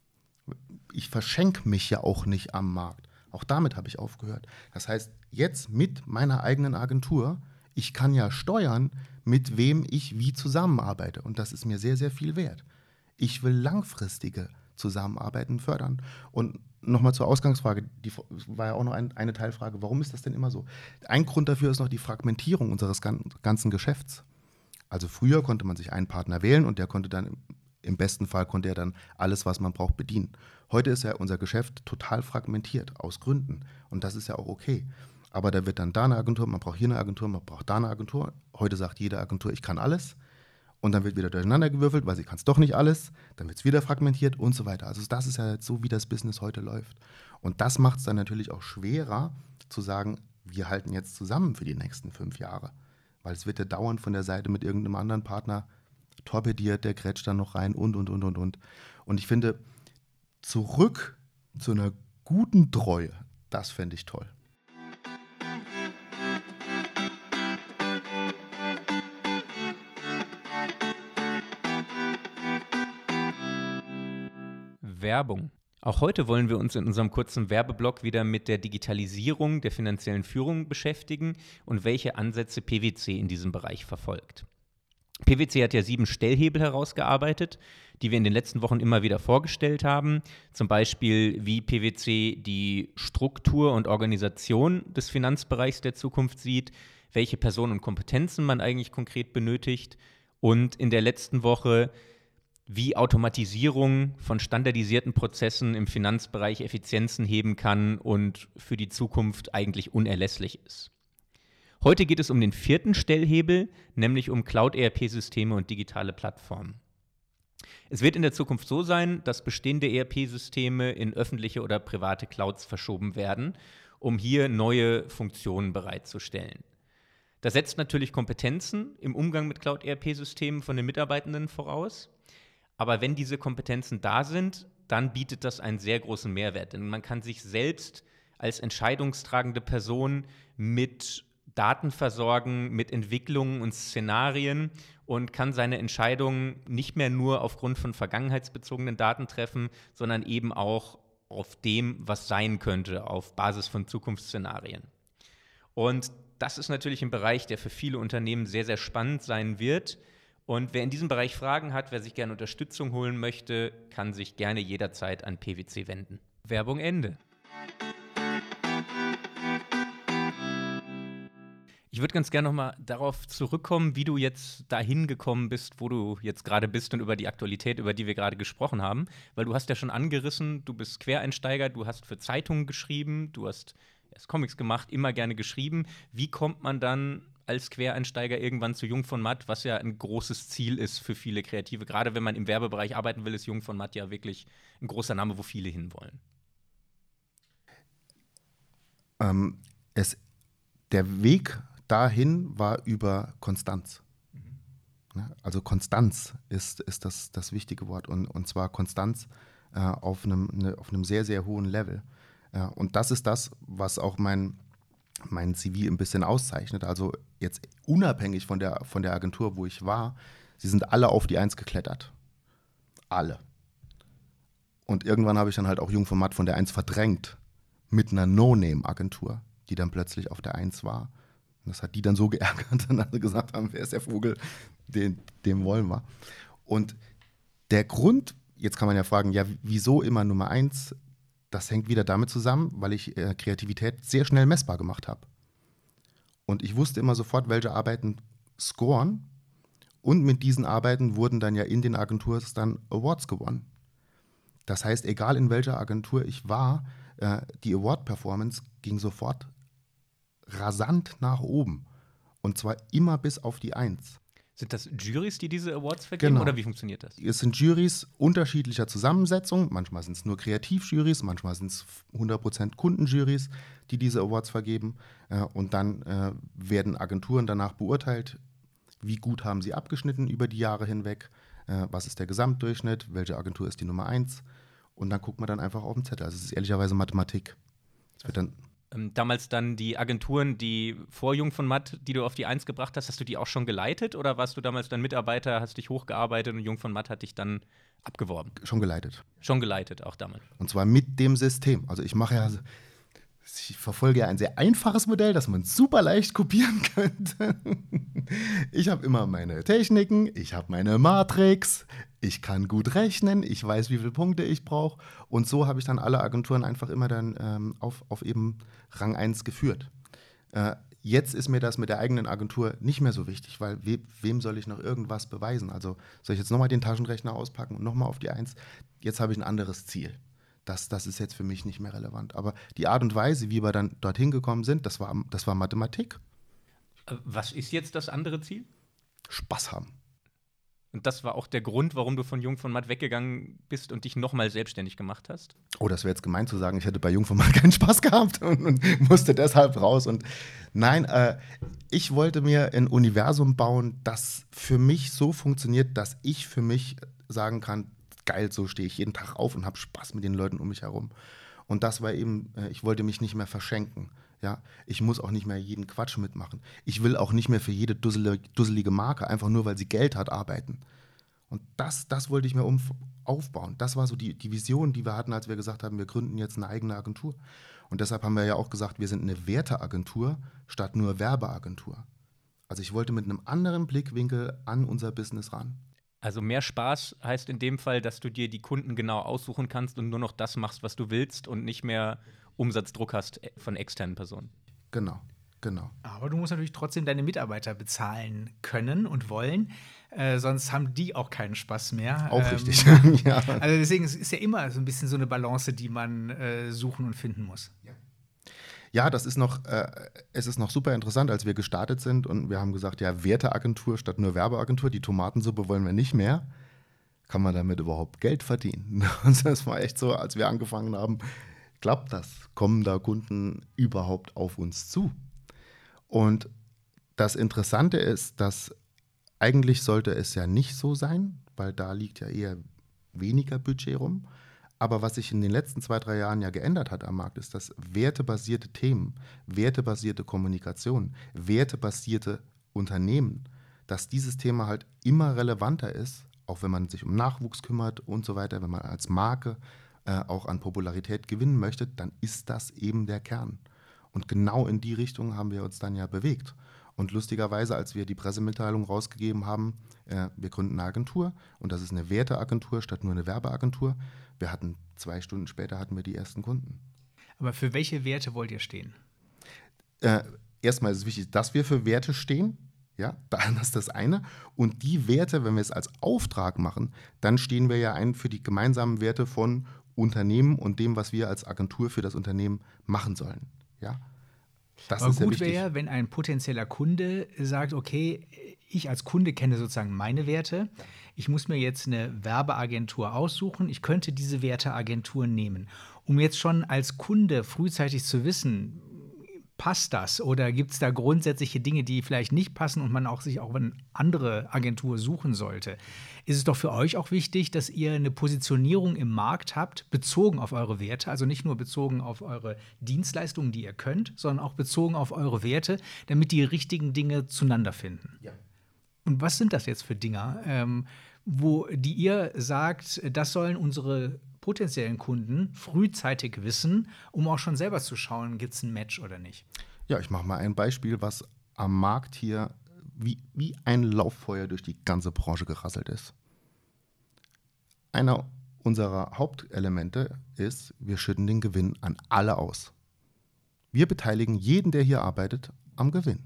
A: Ich verschenke mich ja auch nicht am Markt. Auch damit habe ich aufgehört. Das heißt, jetzt mit meiner eigenen Agentur, ich kann ja steuern, mit wem ich wie zusammenarbeite. Und das ist mir sehr, sehr viel wert. Ich will langfristige Zusammenarbeiten fördern. Und nochmal zur Ausgangsfrage, die war ja auch noch ein, eine Teilfrage, warum ist das denn immer so? Ein Grund dafür ist noch die Fragmentierung unseres ganzen Geschäfts. Also früher konnte man sich einen Partner wählen und der konnte dann, im besten Fall konnte er dann alles, was man braucht, bedienen. Heute ist ja unser Geschäft total fragmentiert, aus Gründen. Und das ist ja auch okay. Aber da wird dann da eine Agentur, man braucht hier eine Agentur, man braucht da eine Agentur. Heute sagt jede Agentur, ich kann alles. Und dann wird wieder durcheinander gewürfelt, weil sie kann es doch nicht alles. Dann wird es wieder fragmentiert und so weiter. Also das ist ja jetzt so, wie das Business heute läuft. Und das macht es dann natürlich auch schwerer zu sagen, wir halten jetzt zusammen für die nächsten fünf Jahre. Weil es wird ja dauernd von der Seite mit irgendeinem anderen Partner torpediert, der grätscht dann noch rein und, und, und, und, und. Und ich finde, zurück zu einer guten Treue, das fände ich toll.
D: Werbung. Auch heute wollen wir uns in unserem kurzen Werbeblock wieder mit der Digitalisierung der finanziellen Führung beschäftigen und welche Ansätze P W C in diesem Bereich verfolgt. P W C hat ja sieben Stellhebel herausgearbeitet, die wir in den letzten Wochen immer wieder vorgestellt haben. Zum Beispiel, wie P W C die Struktur und Organisation des Finanzbereichs der Zukunft sieht, welche Personen und Kompetenzen man eigentlich konkret benötigt und in der letzten Woche, wie Automatisierung von standardisierten Prozessen im Finanzbereich Effizienzen heben kann und für die Zukunft eigentlich unerlässlich ist. Heute geht es um den vierten Stellhebel, nämlich um Cloud-E R P-Systeme und digitale Plattformen. Es wird in der Zukunft so sein, dass bestehende E R P-Systeme in öffentliche oder private Clouds verschoben werden, um hier neue Funktionen bereitzustellen. Das setzt natürlich Kompetenzen im Umgang mit Cloud-E R P-Systemen von den Mitarbeitenden voraus. Aber wenn diese Kompetenzen da sind, dann bietet das einen sehr großen Mehrwert. Denn man kann sich selbst als entscheidungstragende Person mit Daten versorgen, mit Entwicklungen und Szenarien und kann seine Entscheidungen nicht mehr nur aufgrund von vergangenheitsbezogenen Daten treffen, sondern eben auch auf dem, was sein könnte, auf Basis von Zukunftsszenarien. Und das ist natürlich ein Bereich, der für viele Unternehmen sehr, sehr spannend sein wird. Und wer in diesem Bereich Fragen hat, wer sich gerne Unterstützung holen möchte, kann sich gerne jederzeit an P W C wenden. Werbung Ende. Ich würde ganz gerne nochmal darauf zurückkommen, wie du jetzt dahin gekommen bist, wo du jetzt gerade bist und über die Aktualität, über die wir gerade gesprochen haben. Weil du hast ja schon angerissen, du bist Quereinsteiger, du hast für Zeitungen geschrieben, du hast erst Comics gemacht, immer gerne geschrieben. Wie kommt man dann als Quereinsteiger irgendwann zu Jung von Matt, was ja ein großes Ziel ist für viele Kreative? Gerade wenn man im Werbebereich arbeiten will, ist Jung von Matt ja wirklich ein großer Name, wo viele hinwollen.
A: Ähm, es, der Weg dahin war über Konstanz. Mhm. Also Konstanz ist, ist das, das wichtige Wort und, und zwar Konstanz äh, auf, einem, ne, auf einem sehr, sehr hohen Level. Äh, und das ist das, was auch mein, mein C V ein bisschen auszeichnet. Also jetzt unabhängig von der, von der Agentur, wo ich war, sie sind alle auf die Eins geklettert. Alle. Und irgendwann habe ich dann halt auch Jung von Matt von der Eins verdrängt mit einer No-Name-Agentur, die dann plötzlich auf der Eins war. Und das hat die dann so geärgert, dass sie gesagt haben, wer ist der Vogel, den, den wollen wir. Und der Grund, jetzt kann man ja fragen, ja, wieso immer Nummer eins? Das hängt wieder damit zusammen, weil ich äh, Kreativität sehr schnell messbar gemacht habe. Und ich wusste immer sofort, welche Arbeiten scoren. Und mit diesen Arbeiten wurden dann ja in den Agenturen dann Awards gewonnen. Das heißt, egal in welcher Agentur ich war, äh, die Award-Performance ging sofort rasant nach oben. Und zwar immer bis auf die Eins.
D: Sind das Jurys, die diese Awards vergeben,
A: genau.
D: Oder wie funktioniert das?
A: Es sind Jurys unterschiedlicher Zusammensetzung. Manchmal sind es nur Kreativjurys, manchmal sind es hundert Prozent Kundenjurys, die diese Awards vergeben. Äh, und dann äh, werden Agenturen danach beurteilt, wie gut haben sie abgeschnitten über die Jahre hinweg, äh, was ist der Gesamtdurchschnitt, welche Agentur ist die Nummer eins. Und dann guckt man dann einfach auf den Zettel. Also es ist ehrlicherweise Mathematik. Es wird dann
D: Ähm, damals dann die Agenturen, die vor Jung von Matt, die du auf die Eins gebracht hast, hast du die auch schon geleitet oder warst du damals dann Mitarbeiter, hast dich hochgearbeitet und Jung von Matt hat dich dann abgeworben?
A: schon geleitet.
D: Schon geleitet, auch damals.
A: Und zwar mit dem System. Also ich mache ja, ich verfolge ja ein sehr einfaches Modell, das man super leicht kopieren könnte. Ich habe immer meine Techniken, ich habe meine Matrix, ich kann gut rechnen, ich weiß, wie viele Punkte ich brauche. Und so habe ich dann alle Agenturen einfach immer dann ähm, auf, auf eben Rang eins geführt. Äh, jetzt ist mir das mit der eigenen Agentur nicht mehr so wichtig, weil we, wem soll ich noch irgendwas beweisen? Also soll ich jetzt nochmal den Taschenrechner auspacken und nochmal auf die Eins? Jetzt habe ich ein anderes Ziel. Das, das ist jetzt für mich nicht mehr relevant. Aber die Art und Weise, wie wir dann dorthin gekommen sind, das war, das war Mathematik.
D: Was ist jetzt das andere Ziel?
A: Spaß haben.
D: Und das war auch der Grund, warum du von Jung von Matt weggegangen bist und dich nochmal selbstständig gemacht hast?
A: Oh, das wäre jetzt gemein zu sagen, ich hätte bei Jung von Matt keinen Spaß gehabt und, und musste deshalb raus. Und nein, äh, ich wollte mir ein Universum bauen, das für mich so funktioniert, dass ich für mich sagen kann, geil, so stehe ich jeden Tag auf und habe Spaß mit den Leuten um mich herum. Und das war eben, äh, ich wollte mich nicht mehr verschenken. Ja? Ich muss auch nicht mehr jeden Quatsch mitmachen. Ich will auch nicht mehr für jede dusselige, dusselige Marke, einfach nur, weil sie Geld hat, arbeiten. Und das, das wollte ich mir um, aufbauen. Das war so die, die Vision, die wir hatten, als wir gesagt haben, wir gründen jetzt eine eigene Agentur. Und deshalb haben wir ja auch gesagt, wir sind eine Werteagentur statt nur Werbeagentur. Also ich wollte mit einem anderen Blickwinkel an unser Business ran.
D: Also mehr Spaß heißt in dem Fall, dass du dir die Kunden genau aussuchen kannst und nur noch das machst, was du willst und nicht mehr Umsatzdruck hast von externen Personen.
A: Genau, genau.
B: Aber du musst natürlich trotzdem deine Mitarbeiter bezahlen können und wollen, äh, sonst haben die auch keinen Spaß mehr.
A: Auch
B: ähm,
A: richtig, ja.
B: Also deswegen es ist ja immer so ein bisschen so eine Balance, die man äh, suchen und finden muss.
A: Ja. Ja, das ist noch, äh, es ist noch super interessant, als wir gestartet sind und wir haben gesagt, ja, Werteagentur statt nur Werbeagentur, die Tomatensuppe wollen wir nicht mehr. Kann man damit überhaupt Geld verdienen? Und das war echt so, als wir angefangen haben, klappt das? Kommen da Kunden überhaupt auf uns zu? Und das Interessante ist, dass eigentlich sollte es ja nicht so sein, weil da liegt ja eher weniger Budget rum. Aber was sich in den letzten zwei, drei Jahren ja geändert hat am Markt, ist, dass wertebasierte Themen, wertebasierte Kommunikation, wertebasierte Unternehmen, dass dieses Thema halt immer relevanter ist, auch wenn man sich um Nachwuchs kümmert und so weiter, wenn man als Marke äh, auch an Popularität gewinnen möchte, dann ist das eben der Kern. Und genau in die Richtung haben wir uns dann ja bewegt. Und lustigerweise, als wir die Pressemitteilung rausgegeben haben, äh, wir gründen eine Agentur und das ist eine Werteagentur statt nur eine Werbeagentur, wir hatten zwei Stunden später hatten wir die ersten Kunden.
B: Aber für welche Werte wollt ihr stehen?
A: Äh, erstmal ist es wichtig, dass wir für Werte stehen. Ja, das ist das eine. Und die Werte, wenn wir es als Auftrag machen, dann stehen wir ja ein für die gemeinsamen Werte von Unternehmen und dem, was wir als Agentur für das Unternehmen machen sollen. Ja, das
B: Aber
A: ist
B: gut
A: sehr wichtig.
B: wäre, wenn ein potenzieller Kunde sagt, okay, ich als Kunde kenne sozusagen meine Werte, ich muss mir jetzt eine Werbeagentur aussuchen, ich könnte diese Werteagentur nehmen. Um jetzt schon als Kunde frühzeitig zu wissen, passt das oder gibt es da grundsätzliche Dinge, die vielleicht nicht passen und man auch sich auch eine andere Agentur suchen sollte? Ist es doch für euch auch wichtig, dass ihr eine Positionierung im Markt habt, bezogen auf eure Werte, also nicht nur bezogen auf eure Dienstleistungen, die ihr könnt, sondern auch bezogen auf eure Werte, damit die richtigen Dinge zueinander finden.
A: Ja.
B: Und was sind das jetzt für Dinger, ähm, wo die ihr sagt, das sollen unsere potenziellen Kunden frühzeitig wissen, um auch schon selber zu schauen, gibt es ein Match oder nicht?
A: Ja, ich mache mal ein Beispiel, was am Markt hier wie, wie ein Lauffeuer durch die ganze Branche gerasselt ist. Einer unserer Hauptelemente ist, wir schütten den Gewinn an alle aus. Wir beteiligen jeden, der hier arbeitet, am Gewinn.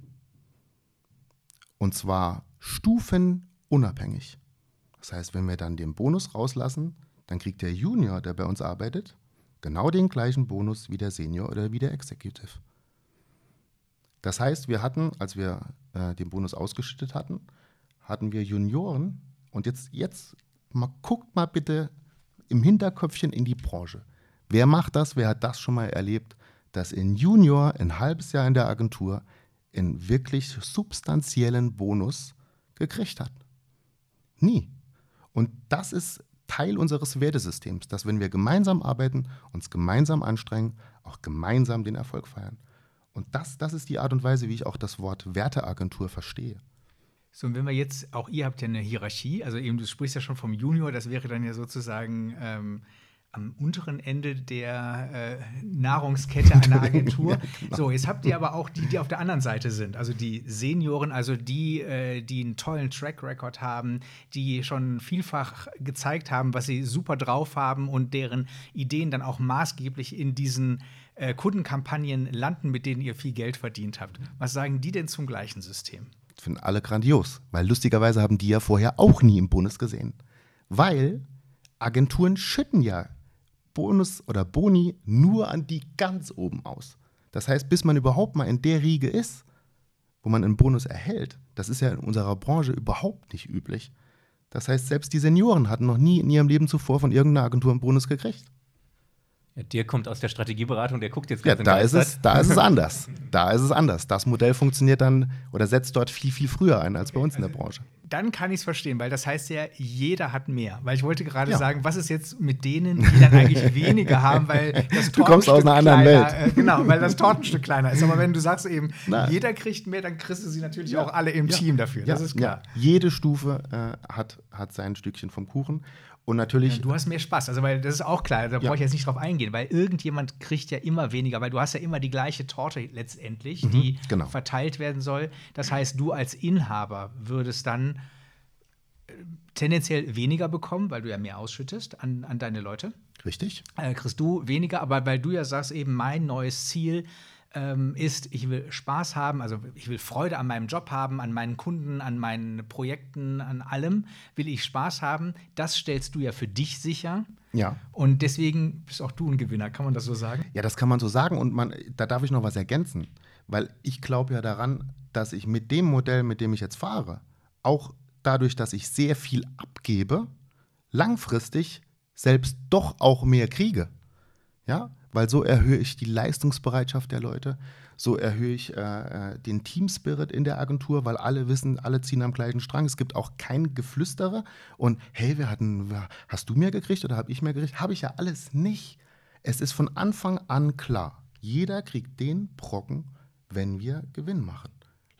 A: Und zwar stufenunabhängig. Das heißt, wenn wir dann den Bonus rauslassen, dann kriegt der Junior, der bei uns arbeitet, genau den gleichen Bonus wie der Senior oder wie der Executive. Das heißt, wir hatten, als wir äh, den Bonus ausgeschüttet hatten, hatten wir Junioren und jetzt, jetzt mal, guckt mal bitte im Hinterköpfchen in die Branche. Wer macht das? Wer hat das schon mal erlebt, dass ein Junior ein halbes Jahr in der Agentur einen wirklich substanziellen Bonus gekriegt hat? Nie. Und das ist Teil unseres Wertesystems, dass wenn wir gemeinsam arbeiten, uns gemeinsam anstrengen, auch gemeinsam den Erfolg feiern. Und das, das ist die Art und Weise, wie ich auch das Wort Werteagentur verstehe.
B: So, und wenn wir jetzt, auch ihr habt ja eine Hierarchie, also eben, du sprichst ja schon vom Junior, das wäre dann ja sozusagen ähm, am unteren Ende der äh, Nahrungskette einer Agentur. Ja, genau. So, jetzt habt ihr aber auch die, die auf der anderen Seite sind, also die Senioren, also die, äh, die einen tollen Track Record haben, die schon vielfach gezeigt haben, was sie super drauf haben und deren Ideen dann auch maßgeblich in diesen äh, Kundenkampagnen landen, mit denen ihr viel Geld verdient habt. Was sagen die denn zum gleichen System?
A: Finden alle grandios, weil lustigerweise haben die ja vorher auch nie im Bonus gesehen. Weil Agenturen schütten ja Bonus oder Boni nur an die ganz oben aus. Das heißt, bis man überhaupt mal in der Riege ist, wo man einen Bonus erhält, das ist ja in unserer Branche überhaupt nicht üblich. Das heißt, selbst die Senioren hatten noch nie in ihrem Leben zuvor von irgendeiner Agentur einen Bonus gekriegt.
D: Ja, Dirk kommt aus der Strategieberatung, der guckt jetzt
A: Ja,
D: ganz
A: da ist,
D: entgeistert.
A: es, da ist es anders. Da ist es anders. Das Modell funktioniert dann oder setzt dort viel, viel früher ein als bei uns in der Branche.
B: Dann kann ich es verstehen, weil das heißt ja, jeder hat mehr. Weil ich wollte gerade
A: Ja.
B: sagen, was ist jetzt mit denen, die dann eigentlich weniger haben, weil das
A: Du kommst aus einer anderen
B: kleiner,
A: Welt.
B: Äh, genau, weil das Tortenstück kleiner ist. Aber wenn du sagst eben,
A: Nein.
B: jeder kriegt mehr, dann kriegst du sie natürlich
A: Ja.
B: auch alle im
A: Ja.
B: Team dafür. Das
A: Ja,
B: ist klar.
A: Ja. Jede Stufe äh, hat, hat sein Stückchen vom Kuchen. Und natürlich.
B: Ja, du hast mehr Spaß, also weil das ist auch klar, da
A: Ja.
B: brauche ich jetzt nicht drauf eingehen, weil irgendjemand kriegt ja immer weniger, weil du hast ja immer die gleiche Torte letztendlich, die
A: genau.
B: verteilt werden soll. Das heißt, du als Inhaber würdest dann äh, tendenziell weniger bekommen, weil du ja mehr ausschüttest an, an deine Leute.
A: Richtig.
B: Äh, kriegst du weniger, aber weil du ja sagst, eben mein neues Ziel ähm, ist, ich will Spaß haben, also ich will Freude an meinem Job haben, an meinen Kunden, an meinen Projekten, an allem will ich Spaß haben. Das stellst du ja für dich sicher.
A: Ja.
B: Und deswegen bist auch du ein Gewinner, kann man das so sagen?
A: Ja, das kann man so sagen. Und man, da darf ich noch was ergänzen. Weil ich glaube ja daran, dass ich mit dem Modell, mit dem ich jetzt fahre, auch dadurch, dass ich sehr viel abgebe, langfristig selbst doch auch mehr kriege. Ja, weil so erhöhe ich die Leistungsbereitschaft der Leute, so erhöhe ich äh, den Teamspirit in der Agentur, weil alle wissen, alle ziehen am gleichen Strang. Es gibt auch kein Geflüstere und hey, wir hatten, hast du mehr gekriegt oder habe ich mehr gekriegt? Habe ich ja alles nicht. Es ist von Anfang an klar, jeder kriegt den Brocken, wenn wir Gewinn machen.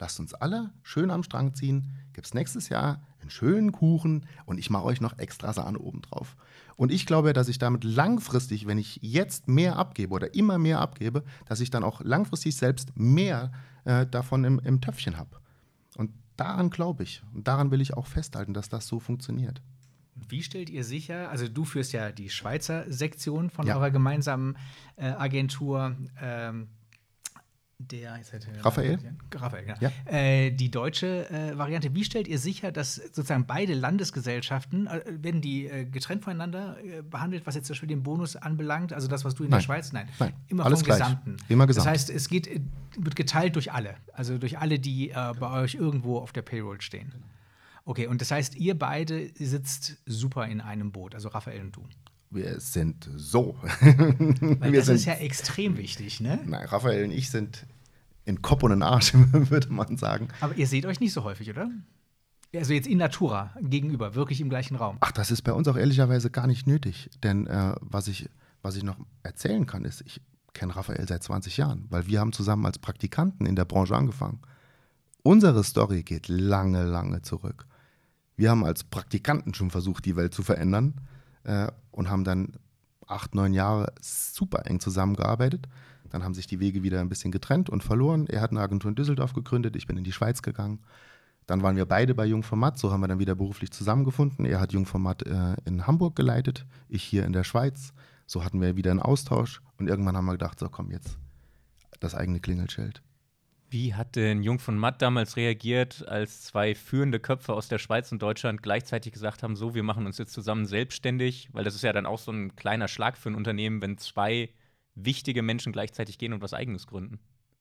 A: lasst uns alle schön am Strang ziehen, gibt's nächstes Jahr einen schönen Kuchen und ich mache euch noch extra Sahne oben drauf. Und ich glaube, dass ich damit langfristig, wenn ich jetzt mehr abgebe oder immer mehr abgebe, dass ich dann auch langfristig selbst mehr äh, davon im, im Töpfchen habe. Und daran glaube ich und daran will ich auch festhalten, dass das so funktioniert.
B: Wie stellt ihr sicher, also du führst ja die Schweizer Sektion von
A: Ja.
B: eurer gemeinsamen äh, Agentur, ähm, der jetzt hat er-
A: Raphael?
B: Raphael, genau.
A: Ja.
B: Äh, die deutsche äh, Variante. Wie stellt ihr sicher, dass sozusagen beide Landesgesellschaften, äh, werden die äh, getrennt voneinander äh, behandelt, was jetzt zum Beispiel den Bonus anbelangt? Also das, was du in
A: Nein.
B: der Schweiz? Nein.
A: Nein.
B: Immer
A: Alles
B: vom
A: gleich.
B: Gesamten.
A: Immer gesamt.
B: Das heißt, es geht, äh, wird geteilt durch alle. Also durch alle, die äh, bei euch irgendwo auf der Payroll stehen. Okay, und das heißt, ihr beide sitzt super in einem Boot, also Raphael und du.
A: Wir sind so.
B: Weil
A: wir
B: das
A: sind,
B: ist ja extrem wichtig, ne?
A: Nein, Raphael und ich sind in Kopf und in Arsch, würde man sagen.
B: Aber ihr seht euch nicht so häufig, oder? Also jetzt in Natura gegenüber, wirklich im gleichen Raum.
A: Ach, das ist bei uns auch ehrlicherweise gar nicht nötig. Denn äh, was, ich, was ich noch erzählen kann, ist, ich kenne Raphael seit zwanzig Jahren, weil wir haben zusammen als Praktikanten in der Branche angefangen. Unsere Story geht lange, lange zurück. Wir haben als Praktikanten schon versucht, die Welt zu verändern äh, und haben dann acht, neun Jahre super eng zusammengearbeitet. Dann haben sich die Wege wieder ein bisschen getrennt und verloren. Er hat eine Agentur in Düsseldorf gegründet, ich bin in die Schweiz gegangen. Dann waren wir beide bei Jungformat, so haben wir dann wieder beruflich zusammengefunden. Er hat Jungformat äh, in Hamburg geleitet, ich hier in der Schweiz. So hatten wir wieder einen Austausch und irgendwann haben wir gedacht, so komm jetzt, das eigene Klingelschild.
D: Wie hat denn Jung von Matt damals reagiert, als zwei führende Köpfe aus der Schweiz und Deutschland gleichzeitig gesagt haben, so, wir machen uns jetzt zusammen selbstständig? Weil das ist ja dann auch so ein kleiner Schlag für ein Unternehmen, wenn zwei wichtige Menschen gleichzeitig gehen und was Eigenes gründen.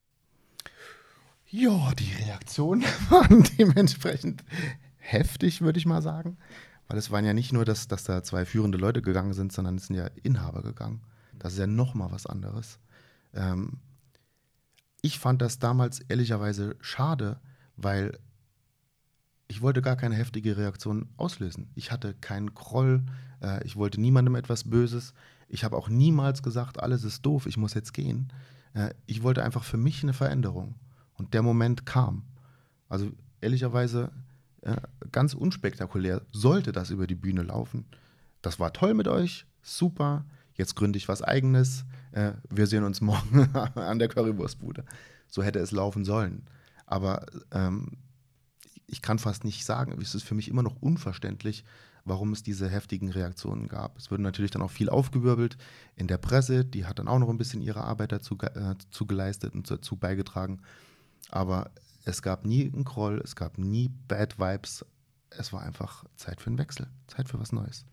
A: Ja, die Reaktionen waren dementsprechend heftig, würde ich mal sagen. Weil es waren ja nicht nur, dass, dass da zwei führende Leute gegangen sind, sondern es sind ja Inhaber gegangen. Das ist ja noch mal was anderes. Ähm, ich fand das damals ehrlicherweise schade, weil ich wollte gar keine heftige Reaktion auslösen. Ich hatte keinen Groll, äh, ich wollte niemandem etwas Böses. Ich habe auch niemals gesagt, alles ist doof, ich muss jetzt gehen. Äh, ich wollte einfach für mich eine Veränderung. Und der Moment kam. Also ehrlicherweise äh, ganz unspektakulär sollte das über die Bühne laufen. Das war toll mit euch, super. Jetzt gründe ich was Eigenes. Äh, wir sehen uns morgen an der Currywurstbude. So hätte es laufen sollen. Aber ähm, ich kann fast nicht sagen, es ist für mich immer noch unverständlich, warum es diese heftigen Reaktionen gab. Es wurde natürlich dann auch viel aufgewirbelt in der Presse. Die hat dann auch noch ein bisschen ihre Arbeit dazu äh, zu geleistet und dazu beigetragen. Aber es gab nie einen Groll, es gab nie Bad Vibes. Es war einfach Zeit für einen Wechsel, Zeit für was Neues.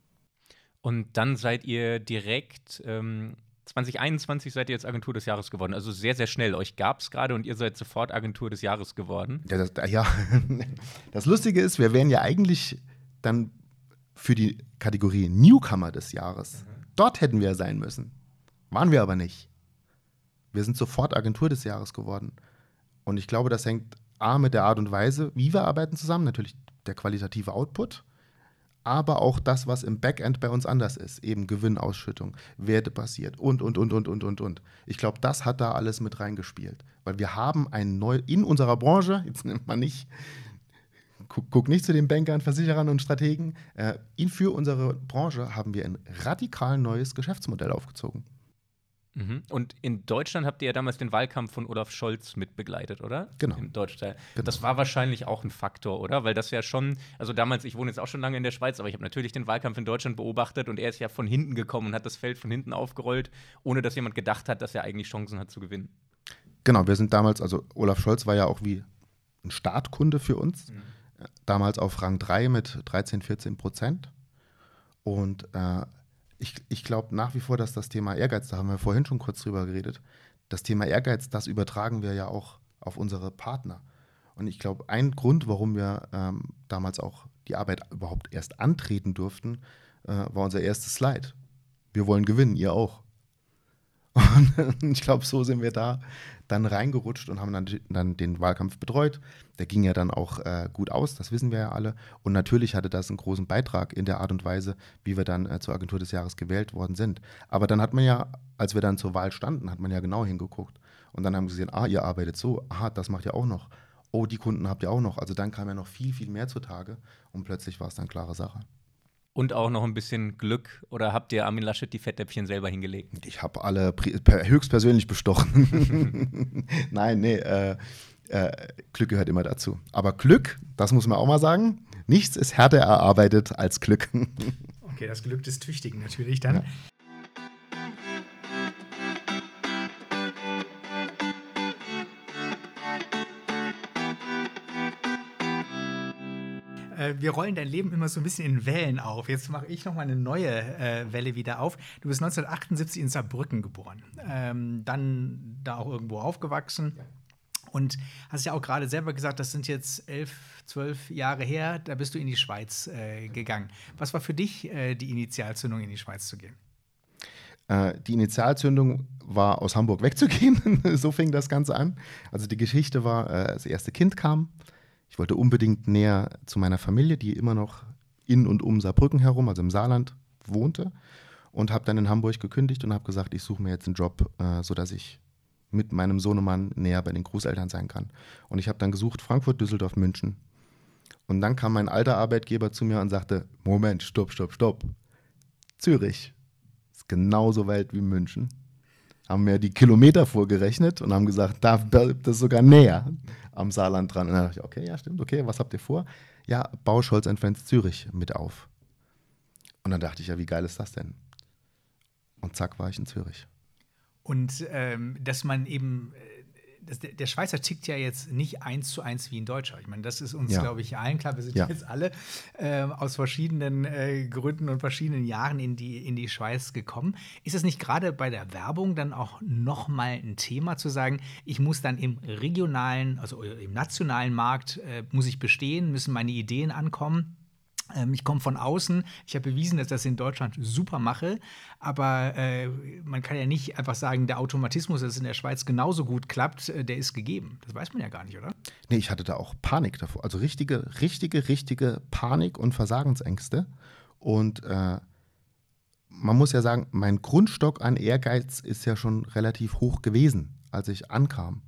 D: Und dann seid ihr direkt, ähm, zwanzig einundzwanzig seid ihr jetzt Agentur des Jahres geworden. Also sehr, sehr schnell. Euch gab es gerade und ihr seid sofort Agentur des Jahres geworden.
A: Ja das, ja, das Lustige ist, wir wären ja eigentlich dann für die Kategorie Newcomer des Jahres. Mhm. Dort hätten wir sein müssen. Waren wir aber nicht. Wir sind sofort Agentur des Jahres geworden. Und ich glaube, das hängt A mit der Art und Weise, wie wir arbeiten zusammen, natürlich der qualitative Output, aber auch das, was im Backend bei uns anders ist, eben Gewinnausschüttung, Werte passiert und, und, und, und, und, und, und. Ich glaube, das hat da alles mit reingespielt. Weil wir haben ein neu, in unserer Branche, jetzt nimmt man nicht, guck, guck nicht zu den Bankern, Versicherern und Strategen, äh, in, für unsere Branche haben wir ein radikal neues Geschäftsmodell aufgezogen.
D: Mhm. Und in Deutschland habt ihr ja damals den Wahlkampf von Olaf Scholz mitbegleitet, oder?
A: Genau.
D: Im Deutschteil.
A: Genau.
D: Das war wahrscheinlich auch ein Faktor, oder? Weil das ja schon, also damals, ich wohne jetzt auch schon lange in der Schweiz, aber ich habe natürlich den Wahlkampf in Deutschland beobachtet und er ist ja von hinten gekommen und hat das Feld von hinten aufgerollt, ohne dass jemand gedacht hat, dass er eigentlich Chancen hat zu gewinnen.
A: Genau, wir sind damals, also Olaf Scholz war ja auch wie ein Startkunde für uns. Mhm. Damals auf Rang drei mit dreizehn, vierzehn Prozent. Und äh, Ich, ich glaube nach wie vor, dass das Thema Ehrgeiz, da haben wir vorhin schon kurz drüber geredet, das Thema Ehrgeiz, das übertragen wir ja auch auf unsere Partner. Und ich glaube, ein Grund, warum wir ähm, damals auch die Arbeit überhaupt erst antreten durften, äh, war unser erstes Slide. Wir wollen gewinnen, ihr auch. Und ich glaube, so sind wir da dann reingerutscht und haben dann, dann den Wahlkampf betreut. Der ging ja dann auch äh, gut aus, das wissen wir ja alle. Und natürlich hatte das einen großen Beitrag in der Art und Weise, wie wir dann äh, zur Agentur des Jahres gewählt worden sind. Aber dann hat man ja, als wir dann zur Wahl standen, hat man ja genau hingeguckt. Und dann haben wir gesehen, ah, ihr arbeitet so, aha, das macht ihr auch noch. oh, die Kunden habt ihr auch noch. Also dann kam ja noch viel, viel mehr zutage und plötzlich war es dann klare Sache.
D: Und auch noch ein bisschen Glück, oder habt ihr Armin Laschet die Fettnäpfchen selber hingelegt?
A: Ich habe alle pri- per- höchstpersönlich bestochen. Nein, nee, äh, äh, Glück gehört immer dazu. Aber Glück, das muss man auch mal sagen, nichts ist härter erarbeitet als Glück.
B: Okay, das Glück des Tüchtigen natürlich dann.
A: Ja.
B: Wir rollen dein Leben immer so ein bisschen in Wellen auf. Jetzt mache ich noch mal eine neue äh, Welle wieder auf. Du bist neunzehnhundertachtundsiebzig in Saarbrücken geboren, ähm, dann da auch irgendwo aufgewachsen. Ja. Und hast ja auch gerade selber gesagt, das sind jetzt elf, zwölf Jahre her, da bist du in die Schweiz äh, gegangen. Was war für dich äh, die Initialzündung, in die Schweiz zu gehen?
A: Äh, die Initialzündung war, aus Hamburg wegzugehen. So fing das Ganze an. Also die Geschichte war, äh, das erste Kind kam. Ich wollte unbedingt näher zu meiner Familie, die immer noch in und um Saarbrücken herum, also im Saarland, wohnte. Und habe dann in Hamburg gekündigt und habe gesagt, ich suche mir jetzt einen Job, äh, sodass ich mit meinem Sohnemann näher bei den Großeltern sein kann. Und ich habe dann gesucht, Frankfurt, Düsseldorf, München. Und dann kam mein alter Arbeitgeber zu mir und sagte, Moment, stopp, stopp, stopp. Zürich ist genauso weit wie München. Haben mir die Kilometer vorgerechnet und haben gesagt, da bleibt das sogar näher am Saarland dran. Und dann dachte ich, okay, ja, stimmt, okay, was habt ihr vor? Ja, bau Scholz and Friends Zürich mit auf. Und dann dachte ich, ja, wie geil ist das denn? Und zack, war ich in Zürich.
B: Und ähm, dass man eben, das, der Schweizer tickt ja jetzt nicht eins zu eins wie ein Deutscher. Ich meine, das ist uns,
A: ja.
B: glaube ich, allen klar. Wir sind
A: ja.
B: jetzt alle äh, aus verschiedenen äh, Gründen und verschiedenen Jahren in die, in die Schweiz gekommen. Ist es nicht gerade bei der Werbung dann auch nochmal ein Thema zu sagen, ich muss dann im regionalen, also im nationalen Markt, äh, muss ich bestehen, müssen meine Ideen ankommen? Ich komme von außen. Ich habe bewiesen, dass ich das in Deutschland super mache. Aber äh, man kann ja nicht einfach sagen, der Automatismus, dass es in der Schweiz genauso gut klappt, äh, der ist gegeben. Das weiß man ja gar nicht, oder?
A: Nee, ich hatte da auch Panik davor. Also richtige, richtige, richtige Panik und Versagensängste. Und äh, man muss ja sagen, mein Grundstock an Ehrgeiz ist ja schon relativ hoch gewesen, als ich ankam.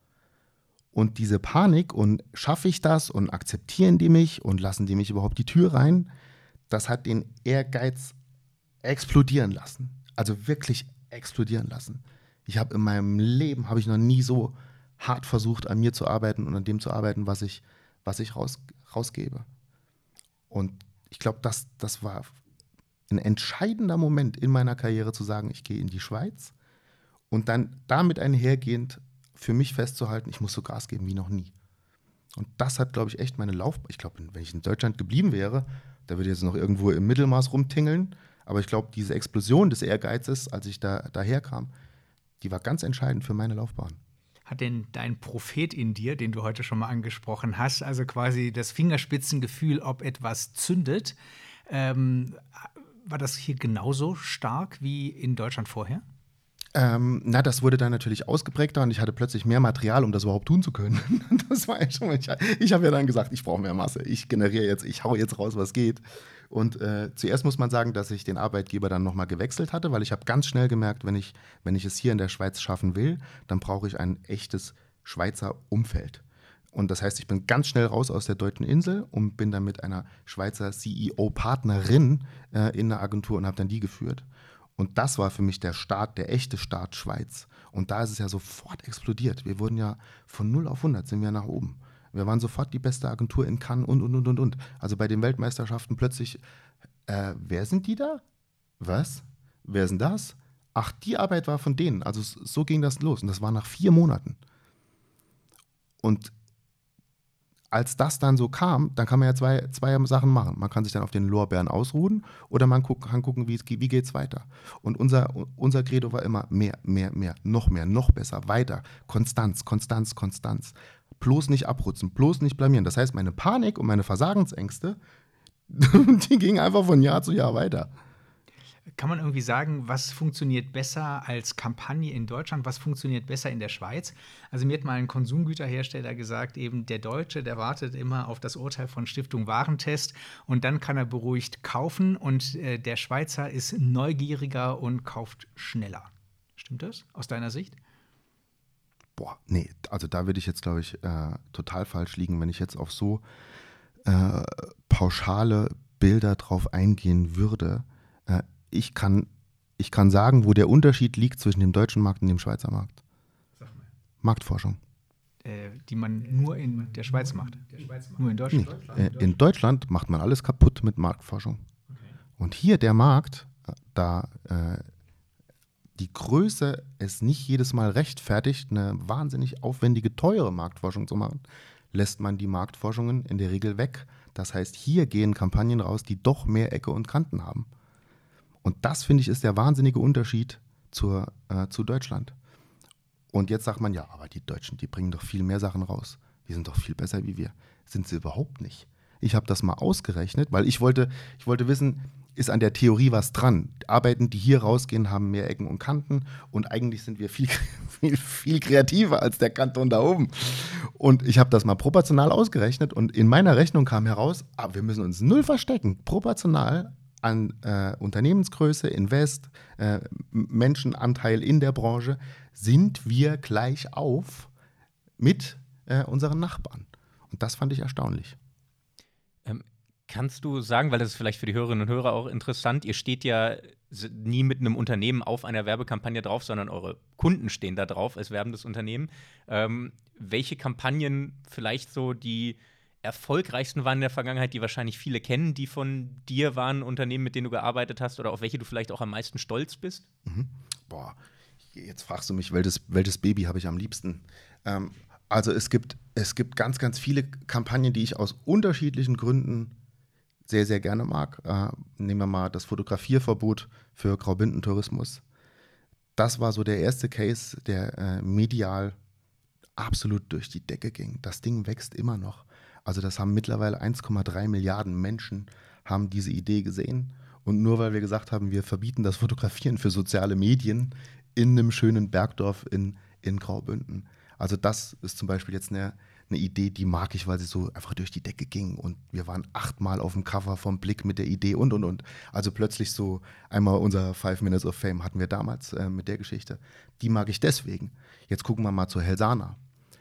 A: Und diese Panik und schaffe ich das und akzeptieren die mich und lassen die mich überhaupt die Tür rein, das hat den Ehrgeiz explodieren lassen. Also wirklich explodieren lassen. Ich habe in meinem Leben, habe ich noch nie so hart versucht, an mir zu arbeiten und an dem zu arbeiten, was ich, was ich raus, rausgebe. Und ich glaube, das, das war ein entscheidender Moment in meiner Karriere zu sagen, ich gehe in die Schweiz und dann damit einhergehend für mich festzuhalten, ich muss so Gas geben wie noch nie. Und das hat, glaube ich, echt meine Laufbahn. Ich glaube, wenn ich in Deutschland geblieben wäre, da würde ich jetzt noch irgendwo im Mittelmaß rumtingeln. Aber ich glaube, diese Explosion des Ehrgeizes, als ich da daherkam, die war ganz entscheidend für meine Laufbahn.
B: Hat denn dein Prophet in dir, den du heute schon mal angesprochen hast, also quasi das Fingerspitzengefühl, ob etwas zündet, ähm, war das hier genauso stark wie in Deutschland vorher?
A: Ähm, na, das wurde dann natürlich ausgeprägter und ich hatte plötzlich mehr Material, um das überhaupt tun zu können. Das war ja schon mal, ich, ich habe ja dann gesagt, ich brauche mehr Masse. Ich generiere jetzt, ich hau jetzt raus, was geht. Und äh, zuerst muss man sagen, dass ich den Arbeitgeber dann nochmal gewechselt hatte, weil ich habe ganz schnell gemerkt, wenn ich, wenn ich es hier in der Schweiz schaffen will, dann brauche ich ein echtes Schweizer Umfeld. Und das heißt, ich bin ganz schnell raus aus der deutschen Insel und bin dann mit einer Schweizer C E O-Partnerin äh, in einer Agentur und habe dann die geführt. Und das war für mich der Start, der echte Start Schweiz. Und da ist es ja sofort explodiert. Wir wurden ja von null auf hundert sind wir nach oben. Wir waren sofort die beste Agentur in Cannes und, und, und, und, und. Also bei den Weltmeisterschaften plötzlich, äh, wer sind die da? Was? Wer ist denn das? Ach, die Arbeit war von denen. Also so ging das los. Und das war nach vier Monaten. Und als das dann so kam, dann kann man ja zwei, zwei Sachen machen. Man kann sich dann auf den Lorbeeren ausruhen oder man guck, kann gucken, wie, wie geht es weiter. Und unser, unser Credo war immer mehr, mehr, mehr, noch mehr, noch besser, weiter. Konstanz, Konstanz, Konstanz. Bloß nicht abrutschen, bloß nicht blamieren. Das heißt, meine Panik und meine Versagensängste, die gingen einfach von Jahr zu Jahr weiter.
B: Kann man irgendwie sagen, was funktioniert besser als Kampagne in Deutschland, was funktioniert besser in der Schweiz? Also mir hat mal ein Konsumgüterhersteller gesagt, eben der Deutsche, der wartet immer auf das Urteil von Stiftung Warentest und dann kann er beruhigt kaufen und äh, der Schweizer ist neugieriger und kauft schneller. Stimmt das aus deiner Sicht?
A: Boah, nee, also da würde ich jetzt, glaube ich, äh, total falsch liegen, wenn ich jetzt auf so äh, pauschale Bilder drauf eingehen würde. Äh, ich kann, ich kann sagen, wo der Unterschied liegt zwischen dem deutschen Markt und dem Schweizer Markt.
B: Sag mal.
A: Marktforschung.
B: Äh, die man nur in der Schweiz macht. Nur in Deutschland.
A: Nee, äh, in Deutschland macht man alles kaputt mit Marktforschung.
B: Okay.
A: Und hier der Markt, da äh, die Größe es nicht jedes Mal rechtfertigt, eine wahnsinnig aufwendige, teure Marktforschung zu machen, lässt man die Marktforschungen in der Regel weg. Das heißt, hier gehen Kampagnen raus, die doch mehr Ecke und Kanten haben. Und das, finde ich, ist der wahnsinnige Unterschied zur, äh, zu Deutschland. Und jetzt sagt man, ja, aber die Deutschen, die bringen doch viel mehr Sachen raus. Die sind doch viel besser wie wir. Sind sie überhaupt nicht. Ich habe das mal ausgerechnet, weil ich wollte, ich wollte wissen, ist an der Theorie was dran? Arbeiten, die hier rausgehen, haben mehr Ecken und Kanten und eigentlich sind wir viel, viel, viel kreativer als der Kanton da oben. Und ich habe das mal proportional ausgerechnet und in meiner Rechnung kam heraus, ah, wir müssen uns null verstecken. Proportional an äh, Unternehmensgröße, Invest, äh, Menschenanteil in der Branche sind wir gleich auf mit äh, unseren Nachbarn. Und das fand ich erstaunlich.
D: Ähm, kannst du sagen, weil das ist vielleicht für die Hörerinnen und Hörer auch interessant, ihr steht ja nie mit einem Unternehmen auf einer Werbekampagne drauf, sondern eure Kunden stehen da drauf als werbendes Unternehmen. Ähm, welche Kampagnen vielleicht so die erfolgreichsten waren in der Vergangenheit, die wahrscheinlich viele kennen, die von dir waren, Unternehmen, mit denen du gearbeitet hast oder auf welche du vielleicht auch am meisten stolz bist?
A: Mhm. Boah, jetzt fragst du mich, welches, welches Baby habe ich am liebsten? Ähm, also es gibt, es gibt ganz, ganz viele Kampagnen, die ich aus unterschiedlichen Gründen sehr, sehr gerne mag. Äh, nehmen wir mal das Fotografierverbot für Graubünden-Tourismus. Das war so der erste Case, der äh, medial absolut durch die Decke ging. Das Ding wächst immer noch. Also das haben mittlerweile eins Komma drei Milliarden Menschen haben diese Idee gesehen. Und nur weil wir gesagt haben, wir verbieten das Fotografieren für soziale Medien in einem schönen Bergdorf in, in Graubünden. Also das ist zum Beispiel jetzt eine, eine Idee, die mag ich, weil sie so einfach durch die Decke ging. Und wir waren achtmal auf dem Cover vom Blick mit der Idee und, und, und. Also plötzlich so einmal unser Five Minutes of Fame hatten wir damals äh, mit der Geschichte. Die mag ich deswegen. Jetzt gucken wir mal zu Helsana.